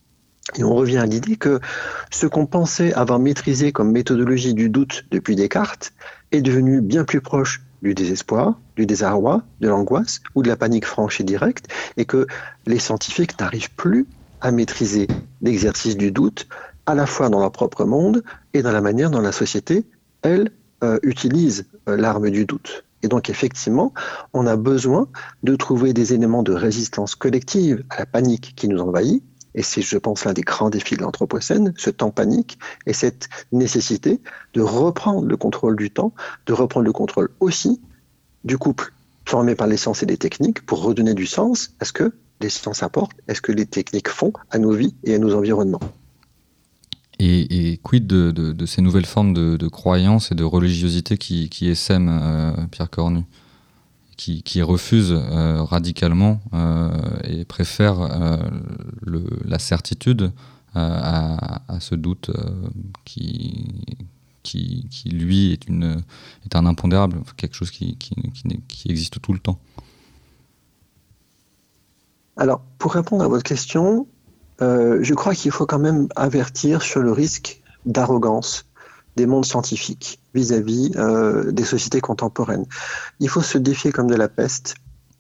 Speaker 3: Et on revient à l'idée que ce qu'on pensait avoir maîtrisé comme méthodologie du doute depuis Descartes est devenu bien plus proche du désespoir, du désarroi, de l'angoisse ou de la panique franche et directe, et que les scientifiques n'arrivent plus à maîtriser l'exercice du doute, à la fois dans leur propre monde et dans la manière dont la société, elle, euh, utilise euh, l'arme du doute. Et donc effectivement, on a besoin de trouver des éléments de résistance collective à la panique qui nous envahit, et c'est, je pense, l'un des grands défis de l'Anthropocène, ce temps panique et cette nécessité de reprendre le contrôle du temps, de reprendre le contrôle aussi du couple formé par les sciences et les techniques pour redonner du sens à ce que les sciences apportent, à ce que les techniques font à nos vies et à nos environnements.
Speaker 1: Et, et quid de, de, de ces nouvelles formes de, de croyances et de religiosité qui, qui essaiment euh, Pierre Cornu, qui, qui refuse euh, radicalement euh, et préfère euh, le, la certitude euh, à, à ce doute euh, qui, qui, qui, lui, est, une, est un impondérable, quelque chose qui, qui, qui, qui existe tout le temps.
Speaker 3: Alors, pour répondre à votre question, euh, je crois qu'il faut quand même avertir sur le risque d'arrogance des mondes scientifiques vis-à-vis euh, des sociétés contemporaines. Il faut se défier comme de la peste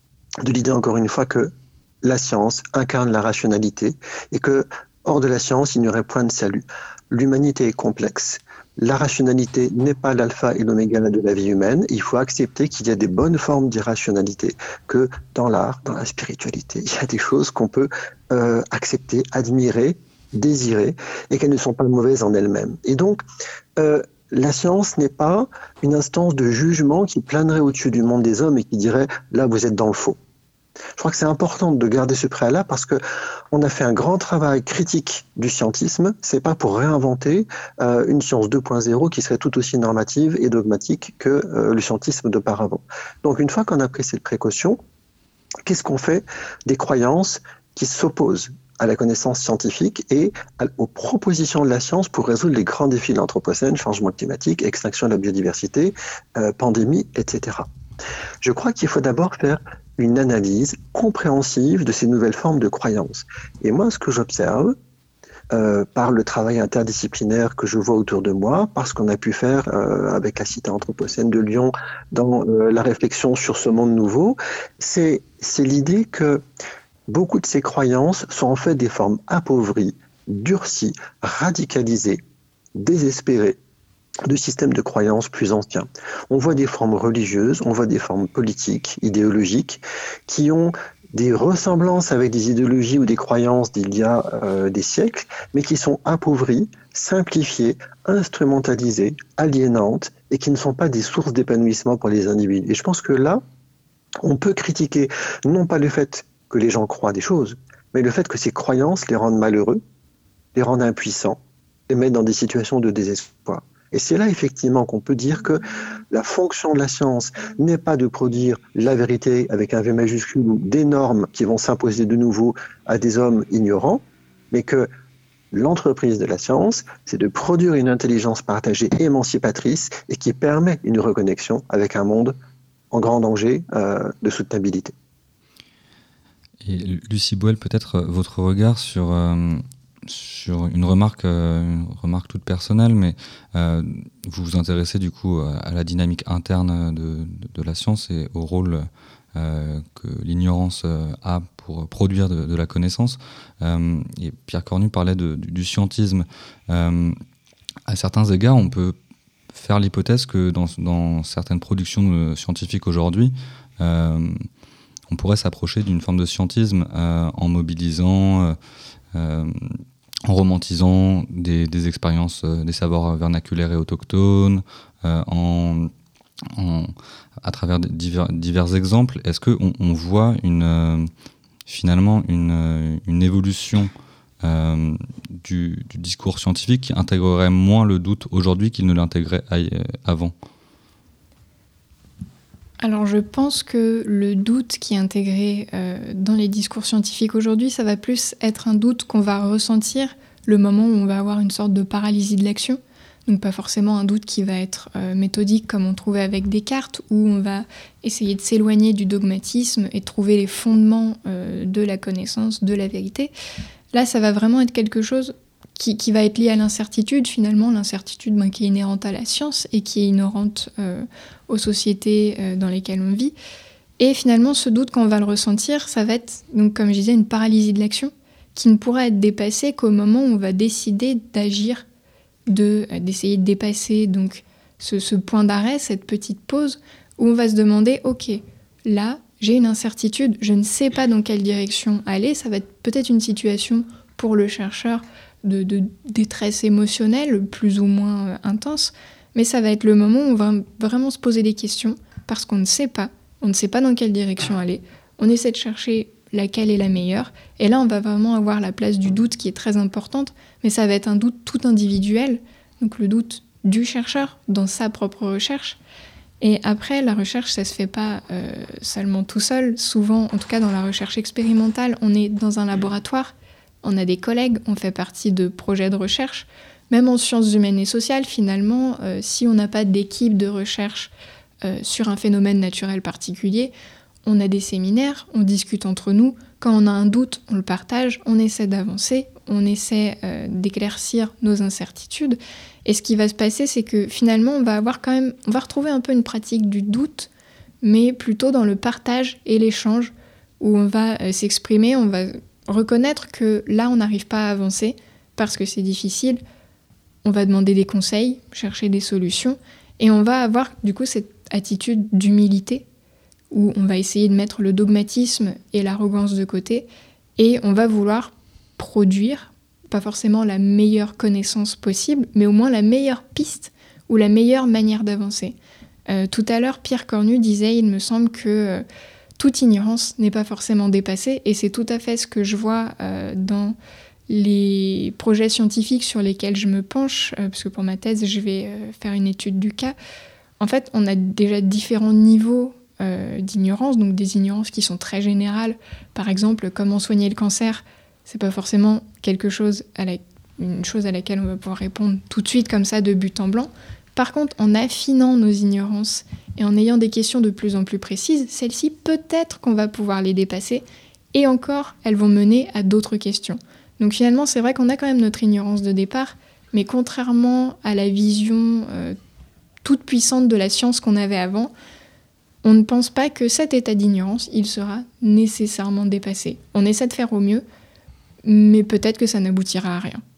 Speaker 3: de l'idée, encore une fois, que la science incarne la rationalité et que, hors de la science, il n'y aurait point de salut. L'humanité est complexe. La rationalité n'est pas l'alpha et l'oméga de la vie humaine. Il faut accepter qu'il y a des bonnes formes d'irrationalité, que dans l'art, dans la spiritualité, il y a des choses qu'on peut euh, accepter, admirer, désirer, et qu'elles ne sont pas mauvaises en elles-mêmes. Et donc, euh, la science n'est pas une instance de jugement qui planerait au-dessus du monde des hommes et qui dirait « là, vous êtes dans le faux ». Je crois que c'est important de garder ce préalable parce qu'on a fait un grand travail critique du scientisme. Ce n'est pas pour réinventer euh, une science deux point zéro qui serait tout aussi normative et dogmatique que euh, le scientisme d'auparavant. Donc une fois qu'on a pris cette précaution, qu'est-ce qu'on fait des croyances qui s'opposent à la connaissance scientifique et à, aux propositions de la science pour résoudre les grands défis de l'Anthropocène, changement climatique, extinction de la biodiversité, euh, pandémie, et cetera. Je crois qu'il faut d'abord faire une analyse compréhensive de ces nouvelles formes de croyances. Et moi, ce que j'observe, euh, par le travail interdisciplinaire que je vois autour de moi, par ce qu'on a pu faire euh, avec la Cité Anthropocène de Lyon dans euh, la réflexion sur ce monde nouveau, c'est, c'est l'idée que beaucoup de ces croyances sont en fait des formes appauvries, durcies, radicalisées, désespérées, de systèmes de croyances plus anciens. On voit des formes religieuses, on voit des formes politiques, idéologiques, qui ont des ressemblances avec des idéologies ou des croyances d'il y a euh, des siècles, mais qui sont appauvries, simplifiées, instrumentalisées, aliénantes, et qui ne sont pas des sources d'épanouissement pour les individus. Et je pense que là, on peut critiquer non pas le fait que les gens croient des choses, mais le fait que ces croyances les rendent malheureux, les rendent impuissants, les mettent dans des situations de désespoir. Et c'est là effectivement qu'on peut dire que la fonction de la science n'est pas de produire la vérité avec un V majuscule ou des normes qui vont s'imposer de nouveau à des hommes ignorants, mais que l'entreprise de la science, c'est de produire une intelligence partagée émancipatrice et qui permet une reconnexion avec un monde en grand danger euh, de soutenabilité.
Speaker 1: Et Lucie Bouel, peut-être votre regard sur... Euh sur une remarque, euh, une remarque toute personnelle, mais euh, vous vous intéressez du coup à la dynamique interne de, de, de la science et au rôle euh, que l'ignorance a pour produire de, de la connaissance. Euh, et Pierre Cornu parlait de, du, du scientisme. Euh, à certains égards, on peut faire l'hypothèse que dans, dans certaines productions scientifiques aujourd'hui, euh, on pourrait s'approcher d'une forme de scientisme euh, en mobilisant... Euh, euh, en romantisant des, des expériences, euh, des savoirs vernaculaires et autochtones, euh, en, en, à travers divers, divers exemples. Est-ce qu'on on voit une, euh, finalement une, une évolution euh, du, du discours scientifique qui intégrerait moins le doute aujourd'hui qu'il ne l'intégrait avant ?
Speaker 2: Alors je pense que le doute qui est intégré euh, dans les discours scientifiques aujourd'hui, ça va plus être un doute qu'on va ressentir le moment où on va avoir une sorte de paralysie de l'action. Donc pas forcément un doute qui va être euh, méthodique comme on trouvait avec Descartes, où on va essayer de s'éloigner du dogmatisme et de trouver les fondements euh, de la connaissance, de la vérité. Là, ça va vraiment être quelque chose Qui, qui va être lié à l'incertitude, finalement, l'incertitude ben, qui est inhérente à la science et qui est inhérente euh, aux sociétés euh, dans lesquelles on vit. Et finalement, ce doute, quand on va le ressentir, ça va être, donc, comme je disais, une paralysie de l'action qui ne pourra être dépassée qu'au moment où on va décider d'agir, de, euh, d'essayer de dépasser donc, ce, ce point d'arrêt, cette petite pause, où on va se demander, ok, là, j'ai une incertitude, je ne sais pas dans quelle direction aller, ça va être peut-être une situation pour le chercheur De, de détresse émotionnelle plus ou moins euh, intense, mais ça va être le moment où on va vraiment se poser des questions parce qu'on ne sait pas, on ne sait pas dans quelle direction aller, on essaie de chercher laquelle est la meilleure, et là on va vraiment avoir la place du doute qui est très importante, mais ça va être un doute tout individuel, donc le doute du chercheur dans sa propre recherche. Et après, la recherche, ça se fait pas euh, seulement tout seul, souvent, en tout cas dans la recherche expérimentale, on est dans un laboratoire. On a des collègues, on fait partie de projets de recherche. Même en sciences humaines et sociales, finalement, euh, si on n'a pas d'équipe de recherche euh, sur un phénomène naturel particulier, on a des séminaires, on discute entre nous. Quand on a un doute, on le partage, on essaie d'avancer, on essaie euh, d'éclaircir nos incertitudes. Et ce qui va se passer, c'est que finalement, on va avoir quand même, on va retrouver un peu une pratique du doute, mais plutôt dans le partage et l'échange, où on va euh, s'exprimer, on va reconnaître que là, on n'arrive pas à avancer parce que c'est difficile. On va demander des conseils, chercher des solutions, et on va avoir du coup cette attitude d'humilité, où on va essayer de mettre le dogmatisme et l'arrogance de côté, et on va vouloir produire, pas forcément la meilleure connaissance possible, mais au moins la meilleure piste ou la meilleure manière d'avancer. Euh, tout à l'heure, Pierre Cornu disait, il me semble que euh, toute ignorance n'est pas forcément dépassée, et c'est tout à fait ce que je vois euh, dans les projets scientifiques sur lesquels je me penche, euh, parce que pour ma thèse, je vais euh, faire une étude du cas. En fait, on a déjà différents niveaux Euh, d'ignorance, donc des ignorances qui sont très générales. Par exemple, comment soigner le cancer, c'est pas forcément quelque chose à la, une chose à laquelle on va pouvoir répondre tout de suite comme ça de but en blanc. Par contre, en affinant nos ignorances et en ayant des questions de plus en plus précises, celles-ci, peut-être qu'on va pouvoir les dépasser, et encore, elles vont mener à d'autres questions. Donc finalement, c'est vrai qu'on a quand même notre ignorance de départ, mais contrairement à la vision euh, toute puissante de la science qu'on avait avant, on ne pense pas que cet état d'ignorance, il sera nécessairement dépassé. On essaie de faire au mieux, mais peut-être que ça n'aboutira à rien.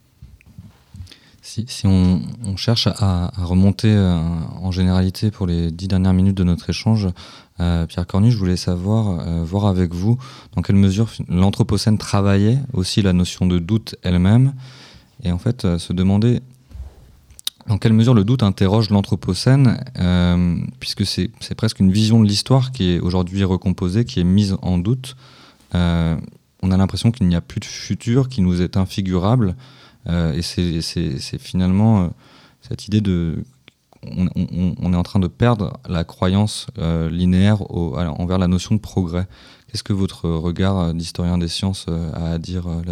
Speaker 1: Si, si on, on cherche à, à remonter euh, en généralité pour les dix dernières minutes de notre échange, euh, Pierre Cornu, je voulais savoir, euh, voir avec vous dans quelle mesure l'Anthropocène travaillait aussi la notion de doute elle-même, et en fait euh, se demander dans quelle mesure le doute interroge l'Anthropocène, euh, puisque c'est, c'est presque une vision de l'histoire qui est aujourd'hui recomposée, qui est mise en doute. Euh, on a l'impression qu'il n'y a plus de futur, qui nous est infigurable, euh, et c'est, c'est, c'est finalement euh, cette idée de... On, on, on est en train de perdre la croyance euh, linéaire au, envers la notion de progrès. Qu'est-ce que votre regard d'historien des sciences a à dire là-dessus ?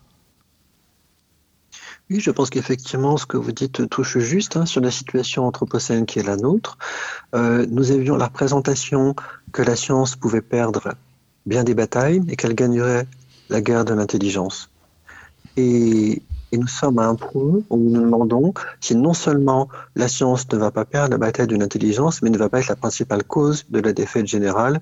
Speaker 3: Oui, je pense qu'effectivement, ce que vous dites touche juste hein, sur la situation anthropocène qui est la nôtre. Euh, nous avions la représentation que la science pouvait perdre bien des batailles et qu'elle gagnerait la guerre de l'intelligence. Et, et nous sommes à un point où nous nous demandons si non seulement la science ne va pas perdre la bataille de l'intelligence, mais ne va pas être la principale cause de la défaite générale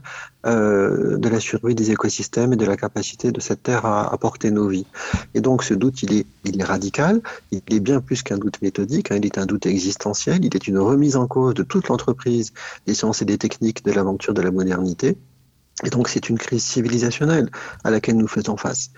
Speaker 3: euh, de la survie des écosystèmes et de la capacité de cette terre à, à porter nos vies. Et donc ce doute, il est, il est radical, il est bien plus qu'un doute méthodique, hein, il est un doute existentiel, il est une remise en cause de toute l'entreprise des sciences et des techniques de l'aventure de la modernité. Et donc c'est une crise civilisationnelle à laquelle nous faisons face.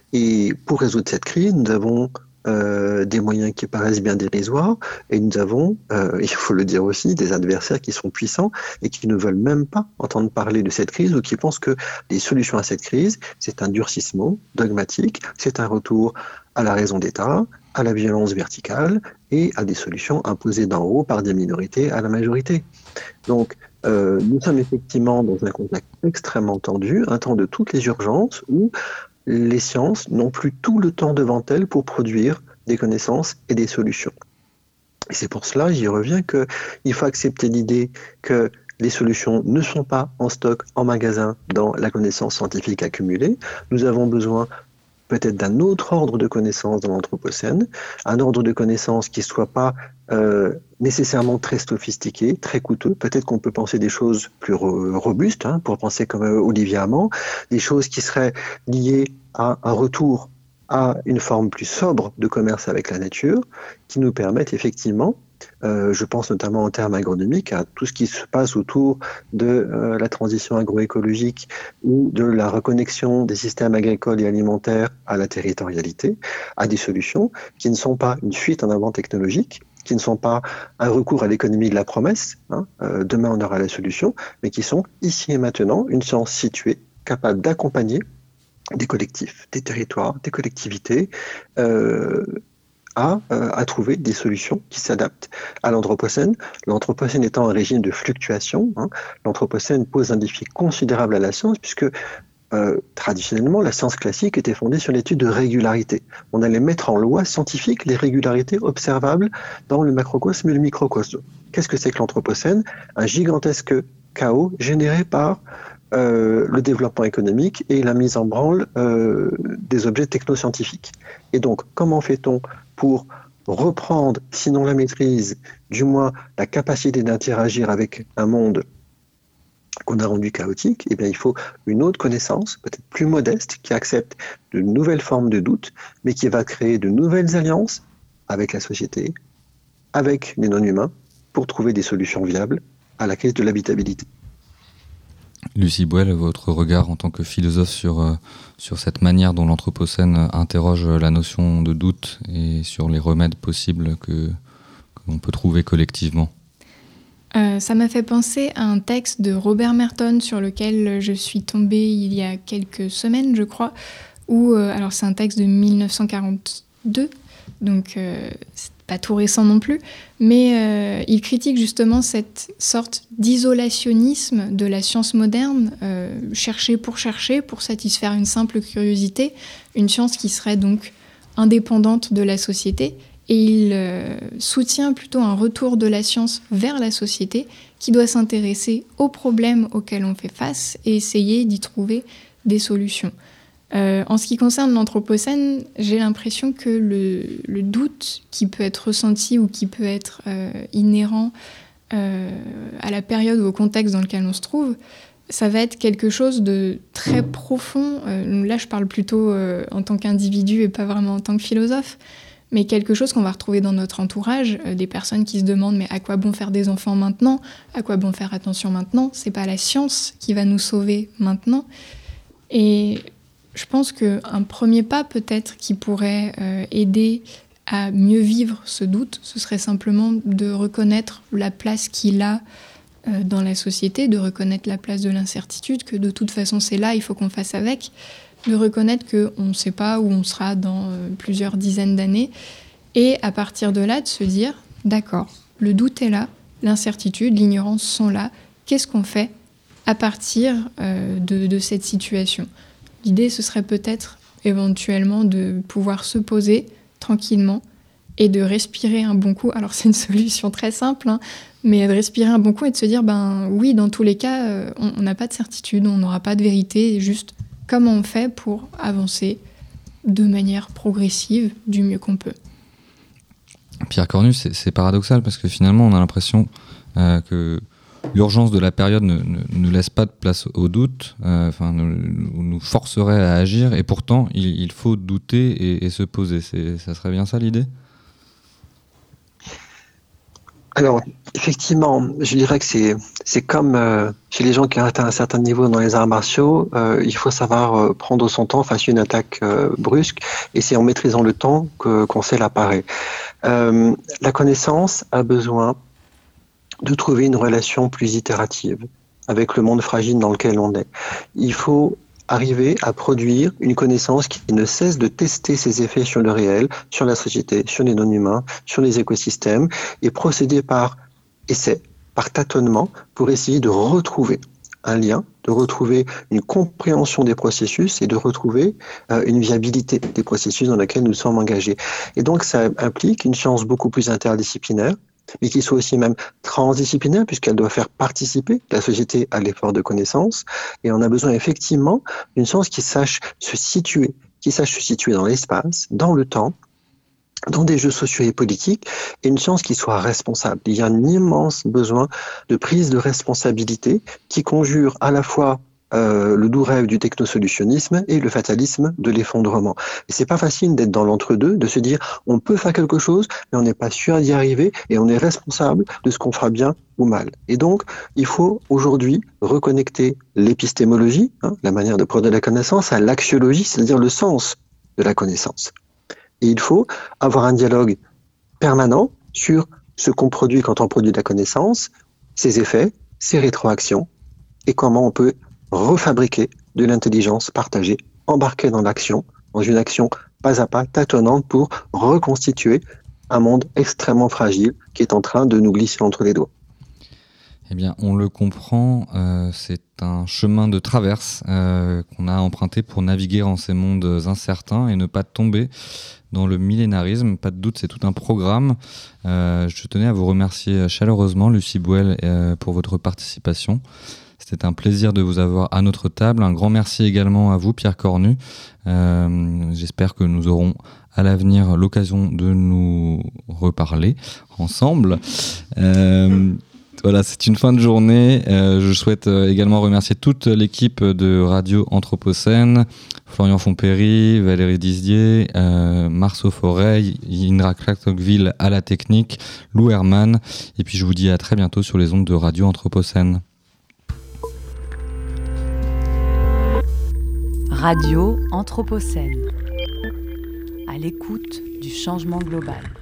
Speaker 3: Et pour résoudre cette crise, nous avons euh, des moyens qui paraissent bien dérisoires, et nous avons, euh, il faut le dire aussi, des adversaires qui sont puissants et qui ne veulent même pas entendre parler de cette crise, ou qui pensent que les solutions à cette crise, c'est un durcissement dogmatique, c'est un retour à la raison d'État, à la violence verticale et à des solutions imposées d'en haut par des minorités à la majorité. Donc, Euh, nous sommes effectivement dans un contexte extrêmement tendu, un temps de toutes les urgences où les sciences n'ont plus tout le temps devant elles pour produire des connaissances et des solutions. Et c'est pour cela, j'y reviens, qu'il faut accepter l'idée que les solutions ne sont pas en stock, en magasin, dans la connaissance scientifique accumulée. Nous avons besoin peut-être d'un autre ordre de connaissances dans l'Anthropocène, un ordre de connaissances qui ne soit pas euh, nécessairement très sophistiqué, très coûteux. Peut-être qu'on peut penser des choses plus robustes, hein, pour penser comme euh, Olivier Hamand, des choses qui seraient liées à un retour à une forme plus sobre de commerce avec la nature, qui nous permettent effectivement, Euh, je pense notamment en termes agronomiques à tout ce qui se passe autour de euh, la transition agroécologique ou de la reconnexion des systèmes agricoles et alimentaires à la territorialité, à des solutions qui ne sont pas une fuite en avant technologique, qui ne sont pas un recours à l'économie de la promesse, hein, euh, demain on aura la solution, mais qui sont ici et maintenant une science située, capable d'accompagner des collectifs, des territoires, des collectivités, euh, À, euh, à trouver des solutions qui s'adaptent à l'Anthropocène. L'Anthropocène étant un régime de fluctuation, hein, l'Anthropocène pose un défi considérable à la science, puisque euh, traditionnellement, la science classique était fondée sur l'étude de régularité. On allait mettre en loi scientifique les régularités observables dans le macrocosme et le microcosme. Qu'est-ce que c'est que l'Anthropocène ? Un gigantesque chaos généré par euh, le développement économique et la mise en branle euh, des objets technoscientifiques. Et donc, comment fait-on pour reprendre, sinon la maîtrise, du moins la capacité d'interagir avec un monde qu'on a rendu chaotique? Eh bien, il faut une autre connaissance, peut-être plus modeste, qui accepte de nouvelles formes de doute, mais qui va créer de nouvelles alliances avec la société, avec les non-humains, pour trouver des solutions viables à la crise de l'habitabilité.
Speaker 1: Lucie Bouel, votre regard en tant que philosophe sur, euh, sur cette manière dont l'Anthropocène interroge la notion de doute et sur les remèdes possibles que, que l'on peut trouver collectivement.
Speaker 2: Euh, ça m'a fait penser à un texte de Robert Merton sur lequel je suis tombée il y a quelques semaines, je crois, où, euh, alors c'est un texte de mille neuf cent quarante-deux, donc euh, c'est pas tout récent non plus, mais euh, il critique justement cette sorte d'isolationnisme de la science moderne, euh, chercher pour chercher, pour satisfaire une simple curiosité, une science qui serait donc indépendante de la société. Et il euh, soutient plutôt un retour de la science vers la société qui doit s'intéresser aux problèmes auxquels on fait face et essayer d'y trouver des solutions. Euh, en ce qui concerne l'Anthropocène, j'ai l'impression que le, le doute qui peut être ressenti ou qui peut être euh, inhérent euh, à la période ou au contexte dans lequel on se trouve, ça va être quelque chose de très profond. Euh, là, je parle plutôt euh, en tant qu'individu et pas vraiment en tant que philosophe. Mais quelque chose qu'on va retrouver dans notre entourage, euh, des personnes qui se demandent mais à quoi bon faire des enfants maintenant ? À quoi bon faire attention maintenant ? C'est pas la science qui va nous sauver maintenant. Et je pense qu'un premier pas peut-être qui pourrait euh, aider à mieux vivre ce doute, ce serait simplement de reconnaître la place qu'il a euh, dans la société, de reconnaître la place de l'incertitude, que de toute façon c'est là, il faut qu'on fasse avec, de reconnaître qu'on ne sait pas où on sera dans euh, plusieurs dizaines d'années, et à partir de là, de se dire, d'accord, le doute est là, l'incertitude, l'ignorance sont là, qu'est-ce qu'on fait à partir euh, de, de cette situation ? L'idée, ce serait peut-être éventuellement de pouvoir se poser tranquillement et de respirer un bon coup. Alors c'est une solution très simple, hein, mais de respirer un bon coup et de se dire, ben oui, dans tous les cas, euh, on n'a pas de certitude, on n'aura pas de vérité, juste comment on fait pour avancer de manière progressive du mieux qu'on peut.
Speaker 1: Pierre Cornu, c'est, c'est paradoxal parce que finalement on a l'impression euh, que l'urgence de la période ne, ne, ne laisse pas de place au doute, euh, enfin, nous, nous forcerait à agir, et pourtant il, il faut douter et, et se poser. C'est, ça serait bien ça l'idée ?
Speaker 3: Alors, effectivement, je dirais que c'est, c'est comme euh, chez les gens qui ont atteint un certain niveau dans les arts martiaux, euh, il faut savoir euh, prendre son temps face à une attaque euh, brusque, et c'est en maîtrisant le temps que, qu'on sait la parer. Euh, la connaissance a besoin de trouver une relation plus itérative avec le monde fragile dans lequel on est. Il faut arriver à produire une connaissance qui ne cesse de tester ses effets sur le réel, sur la société, sur les non-humains, sur les écosystèmes, et procéder par essai, par tâtonnement, pour essayer de retrouver un lien, de retrouver une compréhension des processus et de retrouver euh, une viabilité des processus dans lesquels nous sommes engagés. Et donc ça implique une science beaucoup plus interdisciplinaire, mais qui soit aussi même transdisciplinaire, puisqu'elle doit faire participer la société à l'effort de connaissance. Et on a besoin effectivement d'une science qui sache se situer, qui sache se situer dans l'espace, dans le temps, dans des jeux sociaux et politiques, et une science qui soit responsable. Il y a un immense besoin de prise de responsabilité qui conjure à la fois Euh, le doux rêve du technosolutionnisme et le fatalisme de l'effondrement. Et c'est pas facile d'être dans l'entre-deux, de se dire on peut faire quelque chose, mais on n'est pas sûr d'y arriver et on est responsable de ce qu'on fera bien ou mal. Et donc, il faut aujourd'hui reconnecter l'épistémologie, hein, la manière de produire la connaissance, à l'axiologie, c'est-à-dire le sens de la connaissance. Et il faut avoir un dialogue permanent sur ce qu'on produit quand on produit de la connaissance, ses effets, ses rétroactions, et comment on peut refabriquer de l'intelligence partagée, embarquer dans l'action, dans une action pas à pas, tâtonnante pour reconstituer un monde extrêmement fragile qui est en train de nous glisser entre les doigts.
Speaker 1: Eh bien, on le comprend, euh, c'est un chemin de traverse euh, qu'on a emprunté pour naviguer en ces mondes incertains et ne pas tomber dans le millénarisme. Pas de doute, c'est tout un programme. Euh, je tenais à vous remercier chaleureusement, Lucie Bouel, euh, pour votre participation. C'était un plaisir de vous avoir à notre table. Un grand merci également à vous, Pierre Cornu. Euh, j'espère que nous aurons à l'avenir l'occasion de nous reparler ensemble. Euh, Voilà, c'est une fin de journée. Euh, je souhaite également remercier toute l'équipe de Radio Anthropocène, Florian Fontpéry, Valérie Dizier, euh, Marceau Forey, Indra Tocqueville à la technique, Lou Herman. Et puis je vous dis à très bientôt sur les ondes de Radio Anthropocène.
Speaker 4: Radio Anthropocène, à l'écoute du changement global.